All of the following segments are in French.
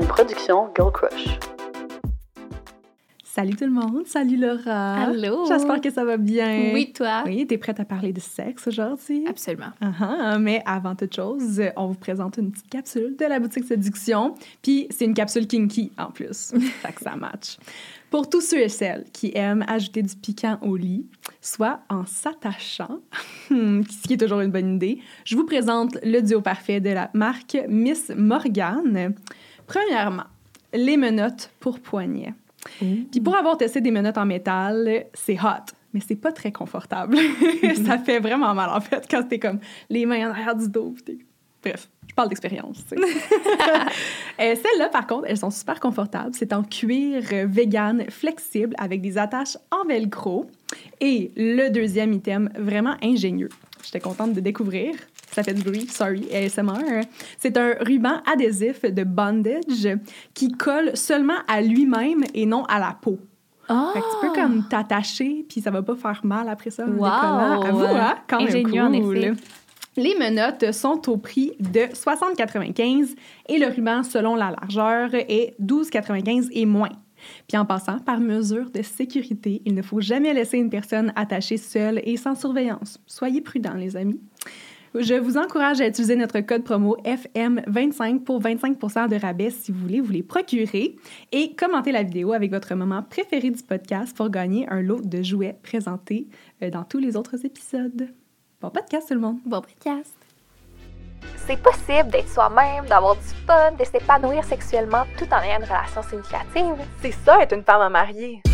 Une production Girl Crush. Salut tout le monde, salut Laura. Allô. J'espère que ça va bien. Oui, toi? Oui, t'es prête à parler de sexe aujourd'hui? Absolument. Mais avant toute chose, on vous présente une petite capsule de la boutique Séduction. Puis c'est une capsule kinky en plus. Fait que ça match. Pour tous ceux et celles qui aiment ajouter du piquant au lit, soit en s'attachant, ce qui est toujours une bonne idée, je vous présente le duo parfait de la marque Miss Morgane. Premièrement, les menottes pour poignets. Puis pour avoir testé des menottes en métal, c'est hot, mais c'est pas très confortable. Ça fait vraiment mal, en fait, quand t'es comme les mains en arrière du dos. Bref, je parle d'expérience, tu sais. Celles-là, par contre, elles sont super confortables. C'est en cuir vegan flexible avec des attaches en velcro. Et le deuxième item, vraiment ingénieux, j'étais contente de découvrir. Ça fait du bruit, sorry, ASMR. C'est un ruban adhésif de bondage qui colle seulement à lui-même et non à la peau. Oh! Fait que tu peux comme t'attacher, puis ça va pas faire mal après ça. Wow! Avoue, hein? Quand même ingénieux, cool. en effet. Les menottes sont au prix de 60,95 et le ruban, selon la largeur, est 12,95 et moins. Puis en passant, par mesure de sécurité, il ne faut jamais laisser une personne attachée seule et sans surveillance. Soyez prudents, les amis. Je vous encourage à utiliser notre code promo FM25 pour 25% de rabais si vous voulez vous les procurer et commentez la vidéo avec votre moment préféré du podcast pour gagner un lot de jouets présentés dans tous les autres épisodes. Bon podcast tout le monde! Bon podcast! C'est possible d'être soi-même, d'avoir du fun, de s'épanouir sexuellement tout en ayant une relation significative. C'est ça, être une femme à marier.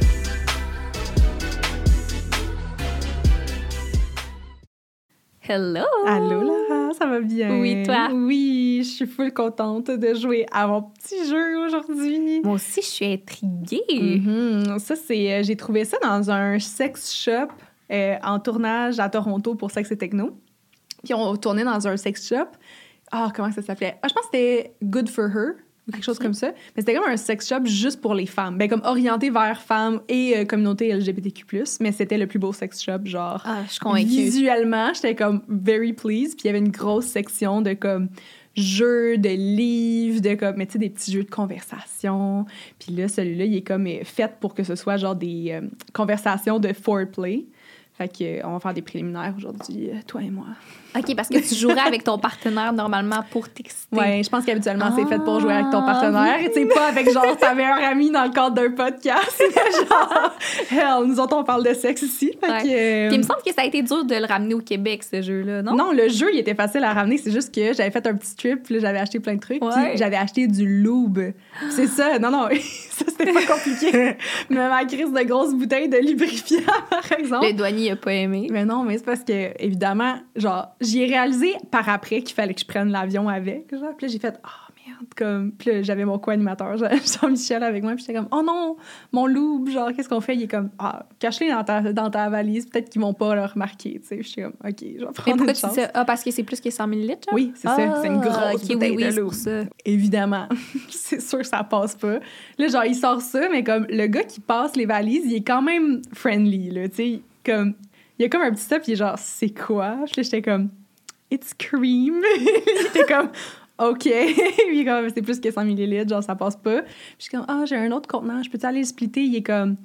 Hello! Allô Laura, ça va bien? Oui, toi? Oui, je suis full contente de jouer à mon petit jeu aujourd'hui. Moi aussi, je suis intriguée. Ça, c'est... j'ai trouvé ça dans un sex shop en tournage à Toronto pour Sex et Techno. Puis on tournait dans un sex shop. Comment ça s'appelait? Je pense que c'était Good for Her ou quelque chose comme ça. Mais c'était comme un sex shop juste pour les femmes. Ben, comme orienté vers femmes et communauté LGBTQ+. Mais c'était le plus beau sex shop, genre... Je suis convaincue. Visuellement, j'étais comme very pleased. Puis il y avait une grosse section de comme jeux, de livres, de comme, mais tu sais, des petits jeux de conversation. Puis là, celui-là, il est comme fait pour que ce soit genre des conversations de foreplay. Fait que on va faire des préliminaires aujourd'hui, toi et moi. OK, parce que tu jouerais avec ton partenaire normalement pour t'exciter. Ouais, je pense qu'habituellement, c'est fait pour jouer avec ton partenaire. Tu sais, pas avec genre ta meilleure amie dans le cadre d'un podcast. Genre, hell, nous autres, on parle de sexe ici. Fait que, Puis il me semble que ça a été dur de le ramener au Québec, ce jeu-là, non? Non, le jeu, il était facile à ramener. C'est juste que j'avais fait un petit trip, puis là, j'avais acheté plein de trucs. Ouais. Puis j'avais acheté du lube. C'est ça. Non, ça, c'était pas compliqué. Mais ma crise de grosses bouteilles de lubrifiant, par exemple. Le douanier a pas aimé. Mais non, mais c'est parce que, évidemment, genre, j'y ai réalisé par après qu'il fallait que je prenne l'avion avec, genre. Puis là, j'ai fait, merde, comme... Puis là, j'avais mon co-animateur, Jean-Michel, avec moi. Puis j'étais comme, oh non, mon loup, genre, qu'est-ce qu'on fait? Il est comme, cache-les dans ta valise, peut-être qu'ils vont pas le remarquer, tu sais. Je suis comme, OK, je vais prendre une chance. Mais pourquoi parce que c'est plus que 100 ml, genre? Oui, c'est ça. C'est une grosse bouteille de c'est loup. pour ça. Évidemment. C'est sûr que ça passe pas. Là, genre, il sort ça, mais comme, le gars qui passe les valises, il est quand même friendly, là, tu sais, comme... Il y a comme un petit stop, il est genre, c'est quoi? Puis là, j'étais comme, it's cream. Il était comme, OK. Puis comme, c'est plus que 100 ml, genre, ça passe pas. Puis je suis comme, j'ai un autre contenant, je peux-tu aller le splitter? Il est comme,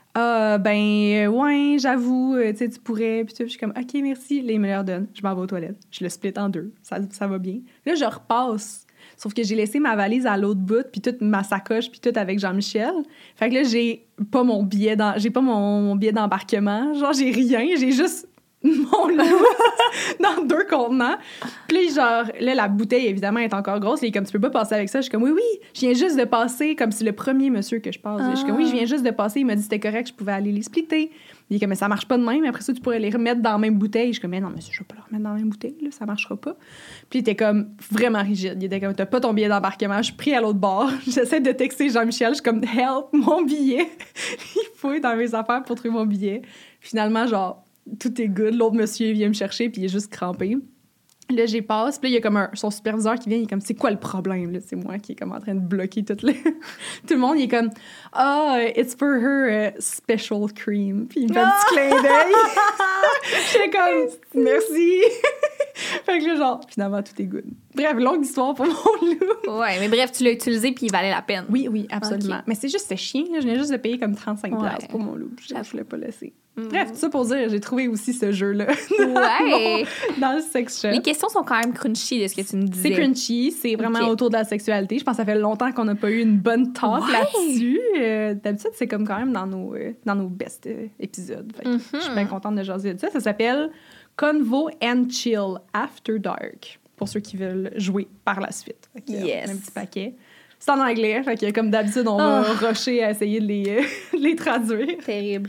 ouais, j'avoue, tu sais, tu pourrais. Puis je suis comme, OK, merci. Là, il me le redonne. Je m'en vais aux toilettes. Je le split en deux. Ça va bien. Là, je repasse. Sauf que j'ai laissé ma valise à l'autre bout, puis toute ma sacoche, puis tout avec Jean-Michel. Fait que là, j'ai pas mon billet d'embarquement. Genre, j'ai rien. J'ai juste mon loup dans 2 contenants. Puis genre, là, la bouteille, évidemment, est encore grosse. Et comme, tu peux pas passer avec ça. Je suis comme, oui, je viens juste de passer. Comme c'est le premier monsieur que je passe. Je suis comme, oui, je viens juste de passer. Il m'a dit c'était correct, je pouvais aller les splitter. Il est comme, mais ça marche pas de même. Après ça, tu pourrais les remettre dans la même bouteille. Je suis comme, mais non, monsieur, je vais pas les remettre dans la même bouteille. Là, ça marchera pas. Puis il était comme vraiment rigide. Il était comme, t'as pas ton billet d'embarquement. Je suis pris à l'autre bord. J'essaie de texter Jean-Michel. Je suis comme, help, mon billet. Il fouille dans mes affaires pour trouver mon billet. Finalement, genre, tout est good. L'autre monsieur vient me chercher, puis il est juste crampé. Là, j'y passe. Puis là, il y a comme son superviseur qui vient. Il est comme, c'est quoi le problème? Là, c'est moi qui est comme en train de bloquer tout le monde. Il est comme, it's for her special cream. Puis il me fait un petit clin d'œil. J'étais comme, merci. Fait Fait que là, genre, finalement, tout est good. Bref, longue histoire pour mon loup. Ouais, mais bref, tu l'as utilisé puis il valait la peine. Oui, absolument. Ok. Mais c'est juste, c'est chiant. Là. Je venais juste de payer comme 35$ Ouais. pour mon loup. Je voulais pas laisser. Mm. Bref, tout ça pour dire, j'ai trouvé aussi ce jeu-là Ouais. dans le sex shop. Les questions sont quand même crunchy de ce que tu me disais. C'est crunchy, c'est vraiment Ok. autour de la sexualité. Je pense que ça fait longtemps qu'on n'a pas eu une bonne talk Ouais. là-dessus. D'habitude, c'est comme quand même dans nos best épisodes. Fait que Je suis bien contente de jaser de ça. Ça s'appelle Convo and Chill After Dark, pour ceux qui veulent jouer par la suite. Fait que, Yes. on a un petit paquet. C'est en anglais, fait que comme d'habitude, on va rusher à essayer de les traduire. Terrible.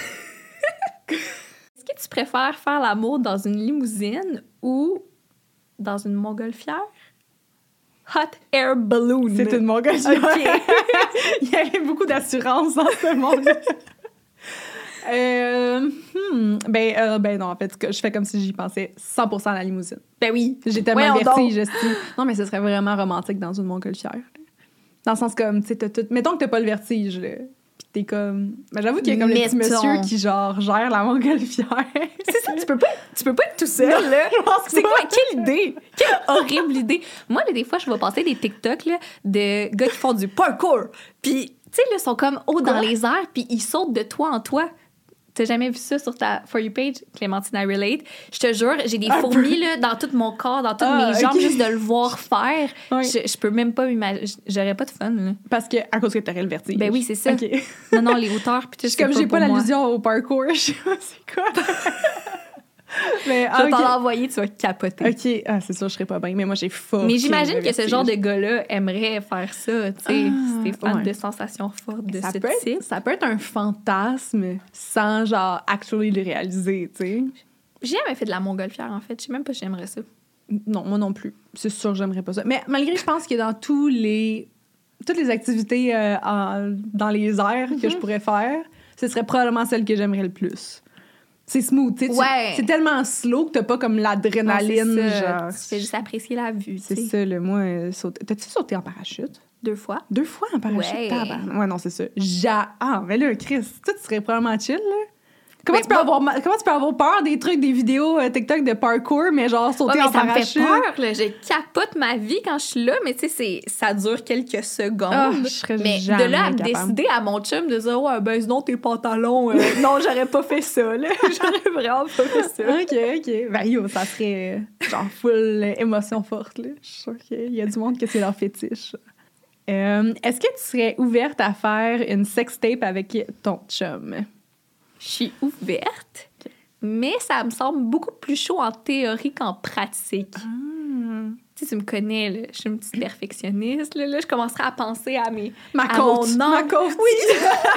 Est-ce que tu préfères faire l'amour dans une limousine ou dans une montgolfière? Hot air balloon. C'est une montgolfière. OK. Il y avait beaucoup d'assurance dans ce monde. Ben non, en fait, je fais comme si j'y pensais 100% à la limousine. Ben oui. J'ai tellement le Voyons vertige, non, mais ce serait vraiment romantique dans une montgolfière. Dans le sens comme, tu sais, t'as tout... Mettons que t'as pas le vertige, là. Puis t'es comme... Ben, j'avoue qu'il y a comme le petit Mettons. monsieur qui, genre, gère la montgolfière. C'est ça, tu peux pas être tout seul, là. C'est quoi? Quelle idée? Quelle horrible idée. Moi, là, des fois, je vais passer des TikTok là, de gars qui font du parkour. Puis, tu sais, là, ils sont comme haut dans les airs, puis ils sautent de toi en toi. T'as jamais vu ça sur ta For You page, Clémentine I Relate? Je te jure, j'ai des fourmis là, dans tout mon corps, dans toutes mes jambes, ok. juste de le voir faire. Oui. Je peux même pas m'imaginer. J'aurais pas de fun, là. Parce que, à cause que t'aurais le vertige. Ben oui, c'est ça. OK. Non, les hauteurs, puis tout, Je suis comme, j'ai pas pour moi. l'allusion au parkour. Je sais pas c'est quoi. Mais, Je vais t'en OK. envoyer, tu vas capoter. OK. Ah, c'est sûr, je serais pas bien. Mais moi, j'ai fucké Mais j'imagine le que ce vertige. genre de gars-là aimerait faire ça, tu sais, si t'es fan ouais. de sensations fortes de ça ce peut type. être, ça peut être un fantasme sans, genre, actually le réaliser, tu sais. J'ai jamais fait de la montgolfière, en fait. Je sais même pas si j'aimerais ça. Non, moi non plus. C'est sûr que j'aimerais pas ça. Mais malgré, je pense que dans toutes les activités dans les airs que je pourrais faire, ce serait probablement celle que j'aimerais le plus. C'est smooth, tu sais. Ouais. C'est tellement slow que t'as pas comme l'adrénaline, Non, c'est ça. genre. Tu fais juste apprécier la vue, C'est tu sais. ça, le moi, sauter. T'as-tu sauté en parachute? 2 fois. 2 fois en parachute? Ouais. Tabarnak. Ouais, non, c'est ça. Ah, mais là, Chris, toi, tu serais probablement chill, là. Mais Comment tu peux avoir peur des trucs, des vidéos TikTok de parkour, mais genre sauter Ouais, mais en ça me parachute? fait peur, là. Je capote ma vie quand je suis là, mais tu sais, ça dure quelques secondes. Ah, je serais mais jamais de là à me capable. décider à mon chum de dire, ouais, ben sinon tes pantalons, non, j'aurais pas fait ça, là. J'aurais vraiment pas fait ça. OK. Ben, yo, ça serait genre full émotion forte, là. Je suis sûre qu'il y a du monde que c'est leur fétiche. Est-ce que tu serais ouverte à faire une sextape avec ton chum? Je suis ouverte, mais ça me semble beaucoup plus chaud en théorie qu'en pratique. Tu sais, tu me connais, là, je suis une petite perfectionniste. Là, je commencerai à penser à mes... Ma à côte. mon Ma angle. côte. Oui!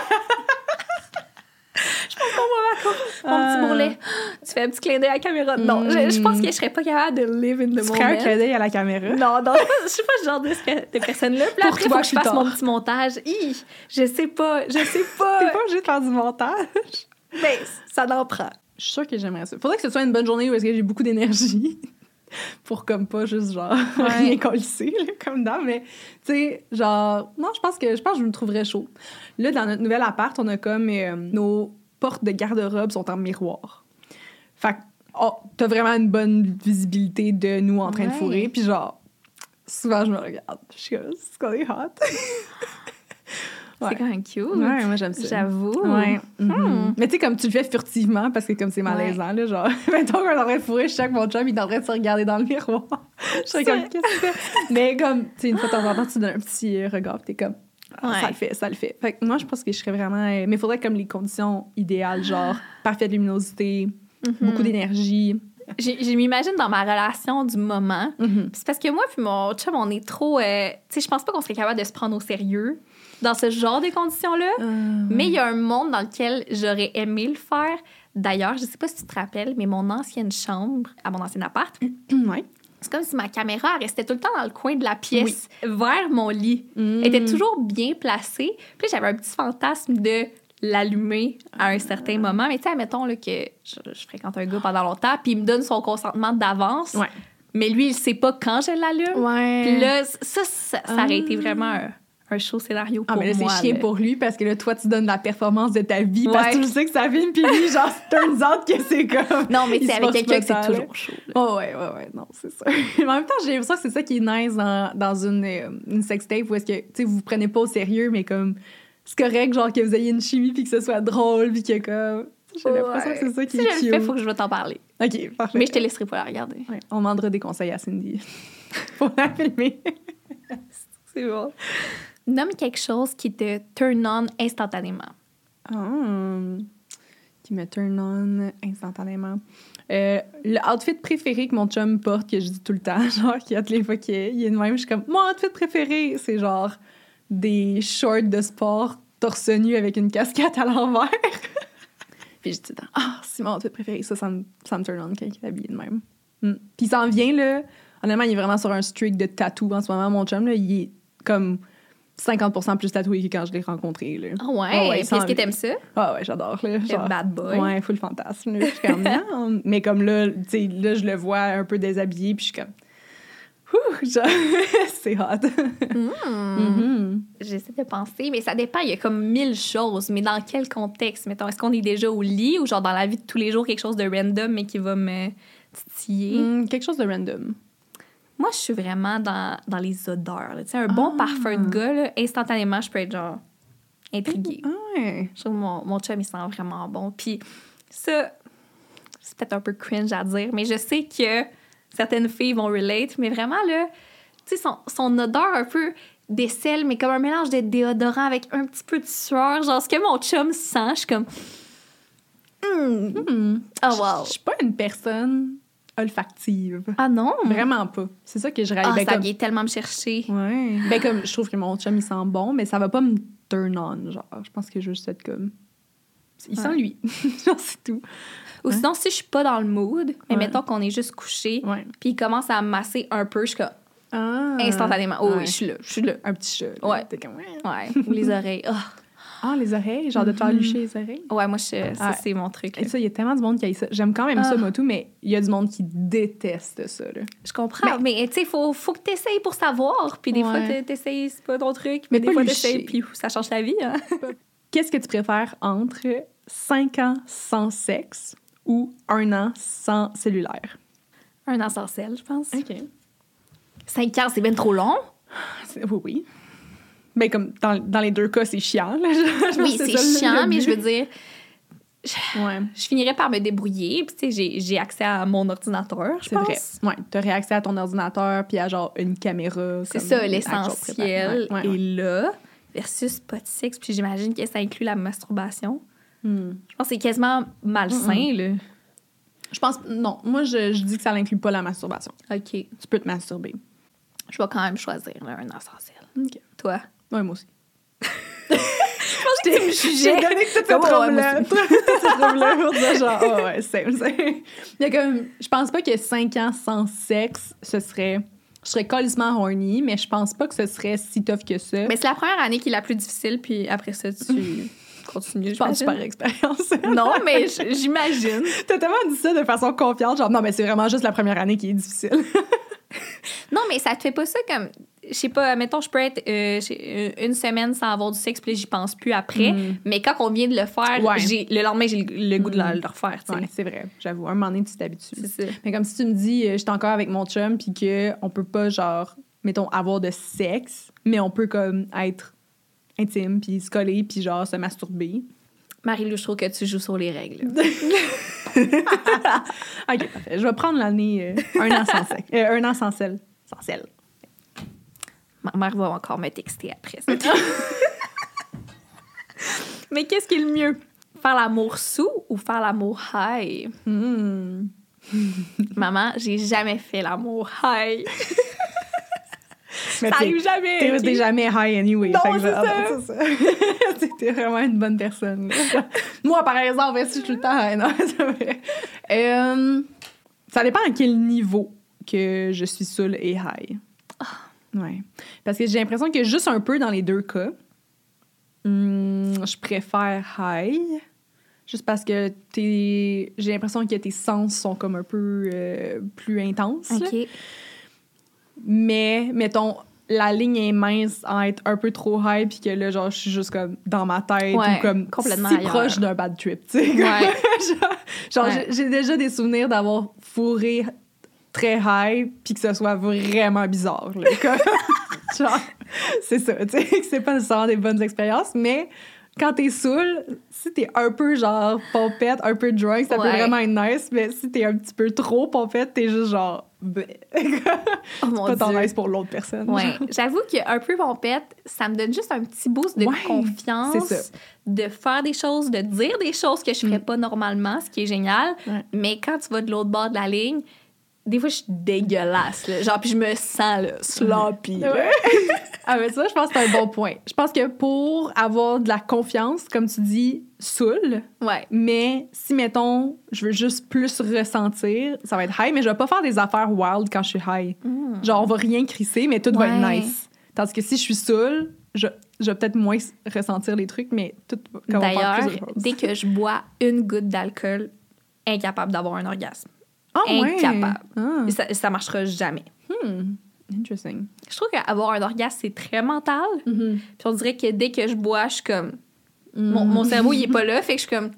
Mon petit bourrelet. Tu fais un petit clin d'œil à la caméra. Non, je pense que je serais pas capable de live in the Tu moment. ferais un clin d'œil à la caméra? Non, je suis pas ce genre de personne-là. Puis Pour après, il toi, faut que je plus fasse tard. mon petit montage. Je sais pas. T'es pas obligée de faire du montage. Mais ça n'en prend. Je suis sûre que j'aimerais ça. Faudrait que ce soit une bonne journée où est-ce que j'ai beaucoup d'énergie. Pour comme pas juste genre rien colisser, là, comme dans, mais tu sais, genre, non, je pense que je me trouverais chaud. Là, dans notre nouvel appart, on a comme nos portes de garde-robe sont en miroir. Fait que t'as vraiment une bonne visibilité de nous en train de Ouais. fourrer, puis genre, souvent je me regarde, je suis comme, c'est qu'on est hot. Ouais. C'est quand même cute. Ouais, moi j'aime ça. J'avoue. Ouais. Mais tu sais, comme tu le fais furtivement, parce que comme c'est malaisant, là, genre, mettons qu'on est en train de fourrer, je sais que mon chum, il est en train de se regarder dans le miroir. Je serais comme, qu'est-ce que tu fais? Mais comme, tu sais, une fois de temps en temps, tu donnes un petit regard, puis t'es comme, Ouais. ça le fait. Fait que moi, je pense que je serais vraiment... mais il faudrait comme les conditions idéales, genre, parfaite luminosité, beaucoup d'énergie. Je m'imagine dans ma relation du moment. Mhm. C'est parce que moi puis mon chum, on est trop... tu sais, je pense pas qu'on serait capable de se prendre au sérieux dans ce genre de conditions-là. Mais il y a un monde dans lequel j'aurais aimé le faire. D'ailleurs, je sais pas si tu te rappelles, mais mon ancienne chambre, à mon ancien appart, Ouais. c'est comme si ma caméra elle restait tout le temps dans le coin de la pièce, vers mon lit. Elle était toujours bien placée. Puis là, j'avais un petit fantasme de l'allumer à un certain moment. Mais tu sais, admettons là, que je fréquente un gars pendant longtemps, puis il me donne son consentement d'avance. Ouais. Mais lui, il sait pas quand je l'allume. Ouais. Puis là, ça aurait été vraiment un show scénario Ah, pour mais là, moi. c'est chiant là. pour lui parce que là, toi, tu donnes la performance de ta vie parce que Ouais. tu sais que ça filme, puis lui, genre, turns out que c'est comme. Non, mais il c'est se avec force quelqu'un pas que c'est tant, là. toujours chaud. là. Oh, ouais, non, c'est ça. Mais en même temps, j'ai l'impression que c'est ça qui est nice dans une sextape où est-ce que, tu sais, vous vous prenez pas au sérieux, mais comme, c'est correct, genre, que vous ayez une chimie puis que ce soit drôle puis que comme. J'ai l'impression que c'est ça qui Si est je cute. le fais, faut que je vais t'en parler. OK, parfait. Mais je te laisserai pas la regarder. Ouais, on demandera des conseils à Cindy pour la filmer. C'est bon. Nomme quelque chose qui te turn on instantanément. Qui me turn on instantanément. Le outfit préféré que mon chum porte, que je dis tout le temps, genre, qui a toutes les fois qu'il est de même, je suis comme, mon outfit préféré, c'est genre des shorts de sport torse nu avec une casquette à l'envers. Puis je dis tout le temps, c'est mon outfit préféré. Ça me turn on quand il est habillé de même. Puis il s'en vient, là. Honnêtement, il est vraiment sur un streak de tatou en ce moment. Mon chum, là, il est comme 50% plus tatoué que quand je l'ai rencontré, là. Ah ouais? Ah ouais, Puis est-ce que sans- t'aimes ça? Ah ouais, j'adore, là. Le bad boy. Ouais, full fantasme, là. Je suis comme, non. Mais comme là, tu sais, là, je le vois un peu déshabillé, puis je suis comme, genre, c'est hot. J'essaie de penser, mais ça dépend. Il y a comme 1000 choses. Mais dans quel contexte? Mettons, est-ce qu'on est déjà au lit ou genre dans la vie de tous les jours, quelque chose de random mais qui va me titiller? Quelque chose de random. Moi, je suis vraiment dans les odeurs. là. Tu sais, un bon parfum de gars, là, instantanément, je peux être genre intriguée. Ouais. Je trouve que mon chum, il sent vraiment bon. Puis ça, c'est peut-être un peu cringe à dire, mais je sais que certaines filles vont relate, mais vraiment, là, tu sais, son odeur un peu d'aisselle, mais comme un mélange de déodorant avec un petit peu de sueur. Genre, ce que mon chum sent, je suis comme... Oh, wow. Je suis pas une personne olfactive. Ah non? Vraiment pas. C'est ça que je réalise. Ah, Ben, ça comme- vient tellement me chercher. Ouais. Ben, comme, je trouve que mon chum, il sent bon, mais ça va pas me turn on, genre. Je pense que je veux juste être comme... Il sent Ouais. lui. Genre, c'est tout. Ou sinon, si je suis pas dans le mood, mais Ouais. mettons qu'on est juste couché, Ouais. puis il commence à me masser un peu, je suis comme... Ah. Instantanément. Oh Ouais. oui, je suis là. Un petit chat. là. Ouais. T'es comme... Ouais, ou les oreilles. Ah. Ah, les oreilles, genre de te faire lucher les oreilles. Ouais, moi, ça, Ah. c'est mon truc. Et là. ça, il y a tellement de monde qui a ça. J'aime quand même ça, moi, tout, mais il y a du monde qui déteste ça, là. Je comprends, mais tu sais, faut que t'essayes pour savoir. Puis des Ouais. fois, t'essayes, c'est pas ton truc. Mais Mais des pas fois, lucher. t'essayes, puis ça change ta vie. Hein? Qu'est-ce que tu préfères entre 5 ans sans sexe ou 1 an sans cellulaire? Un an sans sel, je pense. OK. 5 ans, c'est bien trop long. Oui. Mais comme dans les deux cas, c'est chiant. Là. Je pense Oui, que c'est ça, le chiant, mais but. je veux dire, Ouais, je finirais par me débrouiller. Puis tu sais, j'ai accès à mon ordinateur, je c'est pense. vrai. Ouais, t'aurais accès à ton ordinateur puis à genre une caméra. C'est comme ça, action l'essentiel préparée. Ouais, ouais. est là, versus pas de sexe. Puis j'imagine que ça inclut la masturbation. Je pense que c'est quasiment malsain, là. Je pense... Non, moi, je dis que ça n'inclut pas la masturbation. OK. Tu peux te masturber. Je vais quand même choisir là, un an sans sel. OK. Toi? Ouais, moi aussi. Je t'ai J'ai donné que cette robe-là. Cette robe-là pour dire genre, oh ouais, same. Il y a comme... Je pense pas que 5 ans sans sexe, ce serait... Je serais colissement horny, mais je pense pas que ce serait si tough que ça. Mais c'est la première année qui est la plus difficile, puis après ça, tu continues. Je pense j'imagine. par expérience. Non, mais j'imagine. T'as tellement dit ça de façon confiante, genre, non, mais c'est vraiment juste la première année qui est difficile. Non, mais ça te fait pas ça comme... Je sais pas, mettons, je peux être une semaine sans avoir du sexe, puis là, j'y pense plus après. Mais quand on vient de le faire, Ouais. le lendemain, j'ai le goût de le refaire, tu sais. Ouais, c'est vrai, j'avoue. Un moment donné, tu t'habitues. C'est ça. Mais comme si tu me dis, j'étais encore avec mon chum, puis qu'on peut pas, genre, mettons, avoir de sexe, mais on peut, comme, être intime, puis se coller, puis, genre, se masturber. Marie-Lou, je trouve que tu joues sur les règles. OK, parfait. Je vais prendre l'année 1 an sans sexe. 1 an sans sel. Sans sel. Ma mère va encore me texter après ça. Mais qu'est-ce qui est le mieux? Faire l'amour sous ou faire l'amour high? Maman, j'ai jamais fait l'amour high. Mais Ça arrive jamais. T'es jamais high anyway. Non, fait que c'est genre, ça. c'est ça. T'es vraiment une bonne personne. là. Moi, par exemple, si je suis tout le temps high, non, c'est vrai. Ça dépend à quel niveau que je suis saoule et high. Ouais. Parce que j'ai l'impression que juste un peu dans les deux cas, je préfère high. Juste parce que j'ai l'impression que tes sens sont comme un peu plus intenses. là. OK. Mais, mettons, la ligne est mince en être un peu trop high puis que là, genre, je suis juste comme dans ma tête Ouais, ou comme complètement si ailleurs. proche d'un bad trip, tu sais. Ouais. genre Ouais. j'ai déjà des souvenirs d'avoir fourré très high puis que ce soit vraiment bizarre. Là, comme, genre, c'est ça, tu sais, que c'est pas nécessairement des bonnes expériences, mais quand t'es saoul, si t'es un peu genre pompette, un peu drunk, ça peut Ouais. vraiment être nice, mais si t'es un petit peu trop pompette, t'es juste genre... bleh. Oh mon pas tant Dieu. nice pour l'autre personne. Ouais, j'avoue qu'un peu pompette, ça me donne juste un petit boost de Ouais, confiance, c'est ça. de faire des choses, de dire des choses que je ferais pas normalement, ce qui est génial. Ouais. Mais quand tu vas de l'autre bord de la ligne, des fois, je suis dégueulasse. Là. Genre, puis je me sens là, sloppy. là. Ouais. Ah, mais ça, je pense que c'est un bon point. Je pense que pour avoir de la confiance, comme tu dis, saoul, Ouais. mais si, mettons, je veux juste plus ressentir, ça va être high, mais je vais pas faire des affaires wild quand je suis high. Genre, on va rien crisser, mais tout va être Ouais. nice. Tandis que si je suis saoul, je vais peut-être moins ressentir les trucs, mais tout va faire D'ailleurs, plus de choses. dès que je bois une goutte d'alcool, incapable d'avoir un orgasme. Ah, ouais. incapable. Ah. Et ça marchera jamais. Interesting. Je trouve qu'avoir un orgasme, c'est très mental. Mm-hmm. Puis on dirait que dès que je bois, je suis comme... Mon cerveau, il est pas là, fait que je suis comme...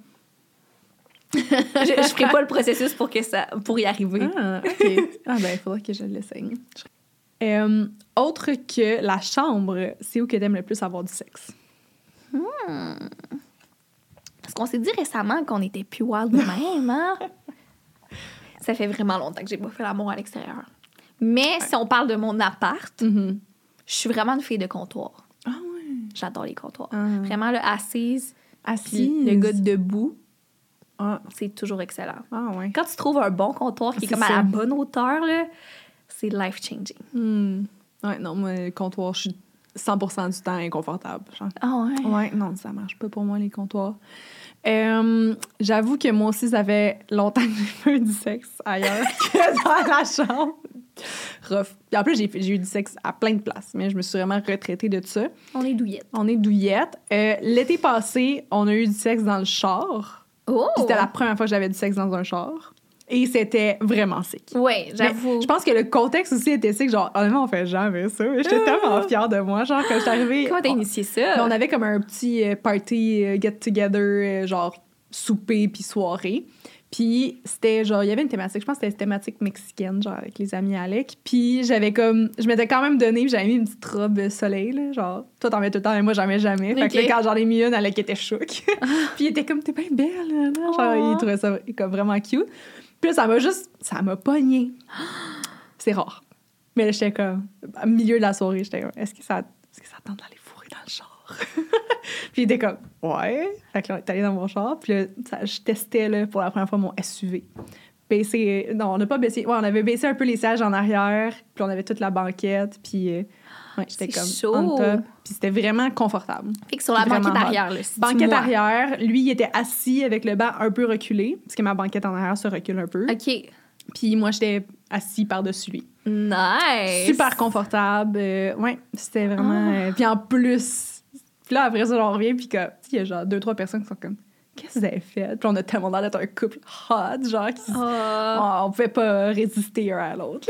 je ferai pas le processus pour y arriver. Ah, OK. Ah, ben, il faudrait que je l'essaye. Autre que la chambre, c'est où que t'aimes le plus avoir du sexe? Parce qu'on s'est dit récemment qu'on était plus wild de même, hein? Ça fait vraiment longtemps que j'ai pas fait l'amour à l'extérieur. Mais si on parle de mon appart, Mm-hmm. je suis vraiment une fille de comptoir. Ah, ouais. J'adore les comptoirs. Ah. Vraiment, là, assise, Assise. puis le gars debout, Ah, c'est toujours excellent. ah ouais. Quand tu trouves un bon comptoir qui est C'est comme à ça. la bonne hauteur, là, c'est life-changing. Ouais, non, moi, le comptoir, je suis 100% du temps inconfortable. Genre. Ah ouais? Ouais, non, ça marche pas pour moi, les comptoirs. J'avoue que moi aussi, ça fait longtemps que j'ai fait du sexe ailleurs que dans la chambre. Rough. Puis en plus, j'ai eu du sexe à plein de places, mais je me suis vraiment retraitée de ça. On est douillette. On est douillette. L'été passé, on a eu du sexe dans le char. Oh! Puis c'était la première fois que j'avais du sexe dans un char. Et c'était vraiment sick. Ouais, Mais j'avoue. je pense que le contexte aussi était sick. Genre, honnêtement, on fait jamais ça. Mais j'étais tellement fière de moi. Genre, quand je suis arrivée... Comment t'as initié ça? Mais on avait comme un petit party get-together, genre souper puis soirée. Puis c'était genre, il y avait une thématique, je pense que c'était une thématique mexicaine, genre avec les amis Alec. Puis j'avais comme, je m'étais quand même donné, puis j'avais mis une petite robe soleil, là, genre, toi t'en mets tout le temps, mais moi j'en mets jamais. Fait que là, Ok. quand j'en ai mis une, Alec était choc. Puis il était comme, t'es bien belle, là. Genre, il trouvait ça comme vraiment cute. Puis là, ça m'a pogné. C'est rare. Mais là, j'étais comme, au milieu de la soirée, j'étais comme, est-ce que ça tente d'aller fourrer dans le char? Puis il était comme, ouais. Fait que là, on est allé dans mon char. Puis là, je testais là, pour la première fois mon SUV. Non, on n'a pas baissé. Ouais, on avait baissé un peu les sièges en arrière. Puis on avait toute la banquette. Puis ouais, j'étais C'est comme chaud. on top. Puis c'était vraiment confortable. Fait que sur la Vraiment banquette hot. arrière, là, c'est Banquette moi. arrière, lui, il était assis avec le banc un peu reculé. Parce que ma banquette en arrière se recule un peu. OK. Puis moi, j'étais assis par-dessus lui. Nice! Super confortable. Ouais, c'était vraiment... puis en plus... Puis là, après ça, on revient, puis il y a genre 2-3 personnes qui sont comme... Qu'est-ce que vous avez fait? Puis on a tellement l'air d'être un couple hot, genre... On pouvait pas résister un à l'autre.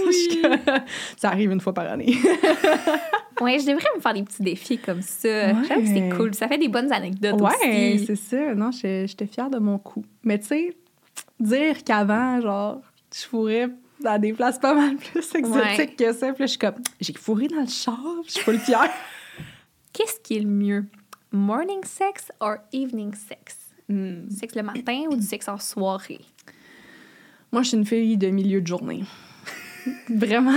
Ça arrive une fois par année. Ouais, je devrais me faire des petits défis comme ça. Ouais. J'avoue que c'est cool. Ça fait des bonnes anecdotes Ouais, aussi. c'est ça. Non, j'étais fière de mon coup. Mais tu sais, dire qu'avant, genre, je fourrais dans des places pas mal plus exotiques que ça. Puis là, je suis comme, j'ai fourré dans le char, puis je suis pas le fière. Qu'est-ce qui est le mieux? Morning sex or evening sex? Sexe le matin ou du sexe en soirée? Moi, je suis une fille de milieu de journée. Vraiment.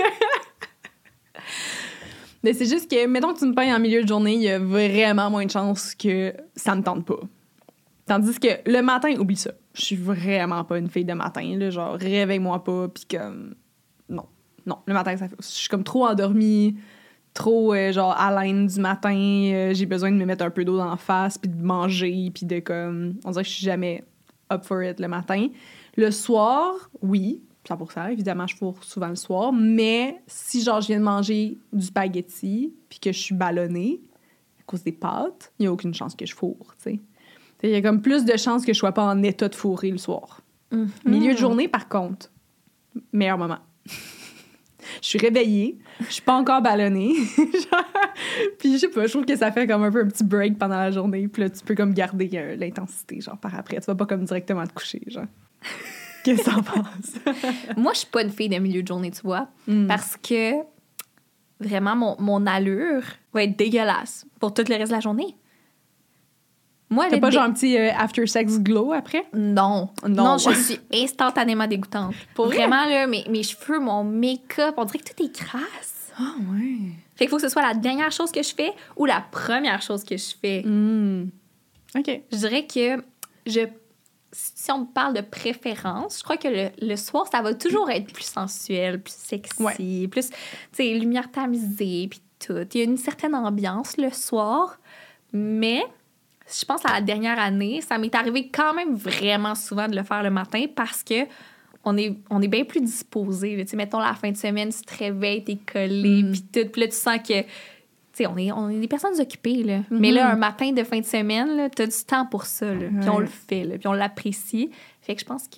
Mais c'est juste que, mettons que tu me payes en milieu de journée, il y a vraiment moins de chances que ça me tente pas. Tandis que le matin, oublie ça. Je suis vraiment pas une fille de matin, là, genre, réveille-moi pas, puis comme... Non, le matin, je suis comme trop endormie, trop, genre, à l'aine du matin, j'ai besoin de me mettre un peu d'eau dans la face, puis de manger, puis de, comme... On dirait que je suis jamais up for it le matin. Le soir, oui, 100%, évidemment, je fourre souvent le soir, mais si, genre, je viens de manger du spaghetti, puis que je suis ballonnée, à cause des pâtes, il n'y a aucune chance que je fourre, tu sais. Il y a comme plus de chances que je sois pas en état de fourrer le soir. Milieu de journée, par contre, meilleur moment. Je suis réveillée, je suis pas encore ballonnée. Genre, puis je sais pas, je trouve que ça fait comme un peu un petit break pendant la journée. Puis là, tu peux comme garder l'intensité, genre, par après. Tu vas pas comme directement te coucher, genre. Qu'est-ce que t'en penses? Moi, je suis pas une fille de milieu de journée, tu vois, Mm. parce que vraiment, mon allure va être dégueulasse pour tout le reste de la journée. Moi, T'as pas genre un petit after-sex glow après? Non. Non. Non, je suis instantanément dégoûtante. Pour vrai? Vraiment, là, mes cheveux, mon make-up, on dirait que tout est crasse. Ah, ouais. Fait qu'il faut que ce soit la dernière chose que je fais ou la première chose que je fais. Mm. OK. Je dirais que si on me parle de préférence, je crois que le soir, ça va toujours être plus sensuel, plus sexy, Ouais. plus, tu sais, lumière tamisée, puis tout. Il y a une certaine ambiance le soir, mais je pense à la dernière année, ça m'est arrivé quand même vraiment souvent de le faire le matin parce que on est bien plus disposé. Tu sais, mettons, la fin de semaine, tu te réveilles, t'es collé, puis tout. Puis là, tu sens que... Tu sais, on est des personnes occupées, là. Mais là, un matin de fin de semaine, là, t'as du temps pour ça, là. Puis on le fait, là. Puis on l'apprécie. Fait que je pense que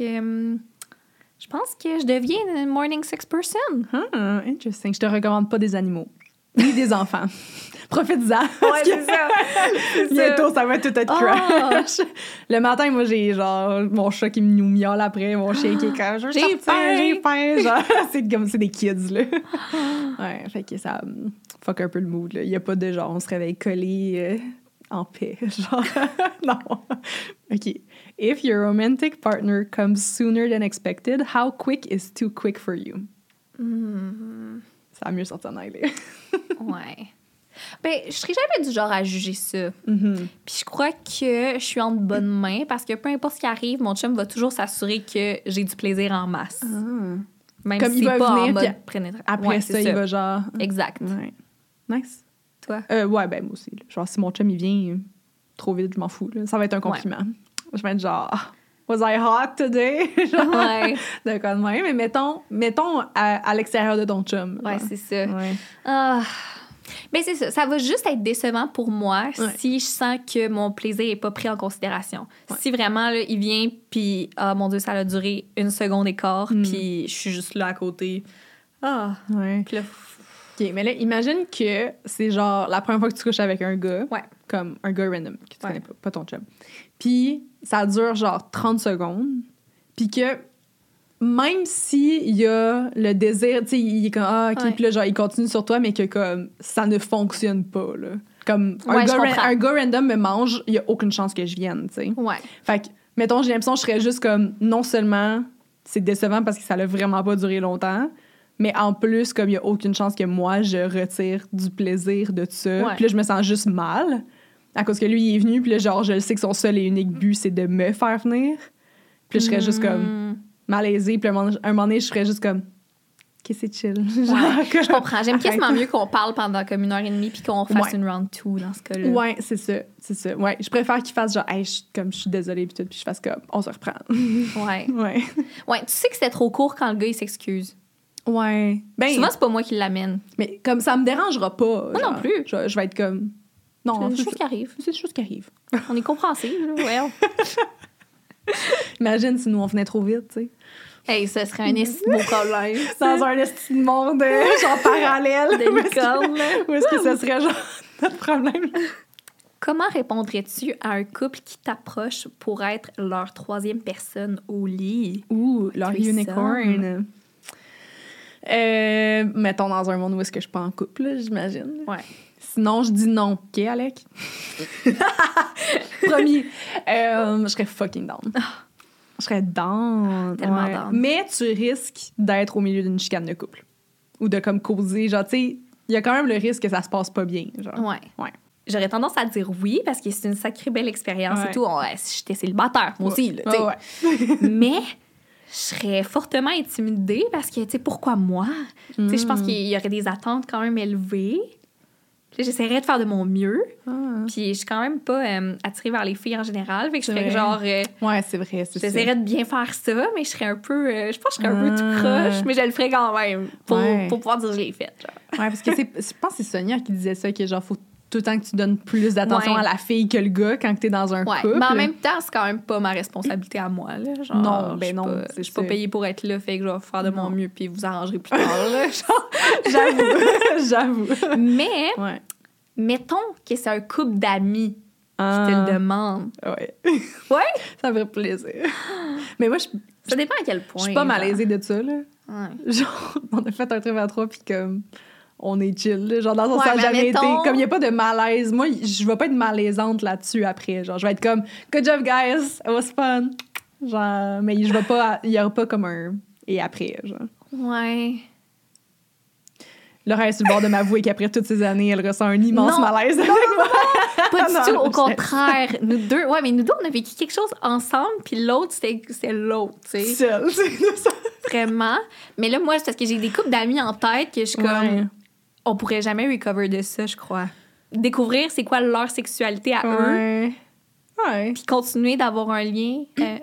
je deviens une morning sex person. Ah, interesting. Je te recommande pas des animaux. Ni des enfants. Profite-en. Ouais, c'est ça. Bientôt, ça va tout être Ah! crash. Le matin, moi, j'ai genre mon chat qui nous miaule après, mon chien qui est comme J'ai faim. j'ai faim. Genre, c'est comme c'est des kids, là. Ouais, fait que ça fuck un peu le mood, là. Il y a pas de genre, on se réveille collé en paix. Genre, non. OK. If your romantic partner comes sooner than expected, how quick is too quick for you? Ça a mieux sorti en anglais. Ouais. Ben, je serais jamais du genre à juger ça. Mm-hmm. Puis je crois que je suis en de bonnes mains parce que peu importe ce qui arrive, mon chum va toujours s'assurer que j'ai du plaisir en masse. Même Comme si il c'est va pas en venir, mode puis pénétrant. Après Ouais, ça, c'est il va genre... Exact. Ouais. Nice. Toi? Ouais, ben moi aussi. Là. Genre, si mon chum, il vient trop vite, je m'en fous. Là. Ça va être un compliment. Je vais être genre... Was I hot today? Genre, Ouais. de quoi de même. Mais mettons à l'extérieur de ton chum. Ouais, genre. c'est ça. Ouais. Ah. Ben c'est ça. Ça va juste être décevant pour moi Ouais. si je sens que mon plaisir n'est pas pris en considération. Ouais. Si vraiment, là, il vient, puis ah mon Dieu, ça a duré 1 seconde et quart, Mm. puis je suis juste là à côté. Ah. Ouais. Puis là, OK, mais là, imagine que c'est genre la première fois que tu couches avec un gars. Ouais. Comme un gars random que tu Ouais. connais pas ton chum. Puis ça dure genre 30 secondes. Puis que même s'il y a le désir, tu sais, il est comme ah, OK, Ouais. puis là, genre, il continue sur toi, mais que comme ça ne fonctionne pas, là. Comme Ouais, je comprends. un gars random me mange, il y a aucune chance que je vienne, tu sais. ouais. Fait que, mettons, j'ai l'impression que je serais juste comme, non seulement c'est décevant parce que ça n'a vraiment pas duré longtemps, mais en plus, comme il n'y a aucune chance que moi, je retire du plaisir de tout ça. Ouais. Puis là, je me sens juste mal à cause que lui, il est venu, puis là, genre, je le sais que son seul et unique but, c'est de me faire venir. Puis là, je serais juste comme malaisée, puis un moment donné, je serais juste comme, OK, c'est chill. Genre, Ouais, je comprends. J'aime arrête. quasiment mieux qu'on parle pendant comme 1h30 puis qu'on fasse Ouais. une round 2 dans ce cas-là. Ouais, c'est ça. Ouais, je préfère qu'il fasse genre, hey, je suis désolée, puis tout, puis je fasse comme, on se reprend. Ouais. Ouais. Ouais, tu sais que c'était trop court quand le gars, il s'excuse. Ouais. Ben, Souvent, c'est pas moi qui l'amène. mais comme ça me dérangera pas. Moi non genre. plus. Je vais être comme, non, C'est des c'est choses qui arrivent. des choses qui arrivent. On est compréhensifs, là. Ouais. Imagine si nous, on venait trop vite, tu sais. Hey, ce serait un esti de beau problème. Dans un esti de monde, genre parallèle. De licorne, là. Où est-ce que ce serait, genre, notre problème? Comment répondrais-tu à un couple qui t'approche pour être leur 3e personne au lit? Ouh, leur Threesome. unicorn. Mettons dans un monde où est-ce que je suis pas en couple, là, j'imagine. Ouais. Sinon, je dis non. OK, Alec? Promis. Je serais fucking down. Je serais down. Tellement ouais. down. Mais tu risques d'être au milieu d'une chicane de couple. Ou de comme causer. Genre, tu sais, il y a quand même le risque que ça se passe pas bien. Genre. Ouais. Ouais. J'aurais tendance à dire oui parce que c'est une sacrée belle expérience Ouais. et tout. Ouais, si j'étais célibataire, moi aussi, là, tu sais. Ouais. Mais je serais fortement intimidée parce que, tu sais, pourquoi moi? Tu sais, je pense qu'il y aurait des attentes quand même élevées. Puis là, j'essaierais de faire de mon mieux. Ah. Puis je suis quand même pas attirée vers les filles en général. Fait que je C'est serais vrai. genre... Ouais, c'est vrai, c'est ça. j'essaierais de bien faire ça, mais je serais un peu... je pense que je serais un peu tout Ah. croche, mais je le ferais quand même pour Ouais. pouvoir dire que je l'ai fait. Genre. Ouais, parce que je pense que c'est Sonia qui disait ça, que genre, faut tout le temps que tu donnes plus d'attention Ouais. à la fille que le gars quand t'es dans un Ouais, couple. mais en même temps, c'est quand même pas ma responsabilité à moi. Là. Genre, Non, ben je suis non, pas- c'est Je suis pas ça. payée pour être là, fait que je vais faire de mon Non. mieux puis vous arrangerez plus tard. Là. Genre. J'avoue. Mais, Ouais. mettons que c'est un couple d'amis qui Ah, te le demande. ouais. Ouais? Ça me ferait plaisir. Mais moi, je Ça dépend à quel point. suis pas genre. malaisée de ça, là. Ouais. Genre, on a fait un trip à 3 puis comme on est chill, là. Genre dans le sens Ouais, ça a mais jamais mettons- été comme il y a pas de malaise. Moi, je vais pas être malaisante là-dessus après. Genre je vais être comme good job guys, it was fun. Genre mais je vais pas il y aura pas comme un et après genre. Ouais. Laura est sur le bord de m'avouer qu'après toutes ces années, elle ressent un immense Non. malaise avec moi. Pas du Non, tout, au je- contraire. Nous deux, ouais, mais nous deux, on a vécu quelque chose ensemble, puis l'autre, c'est l'autre, tu sais. Seule, c'est ça. Vraiment. Mais là, moi, c'est parce que j'ai des couples d'amis en tête que je suis comme. Ouais. On pourrait jamais recover de ça, je crois. Découvrir c'est quoi leur sexualité à eux, Ouais. Ouais. puis continuer d'avoir un lien.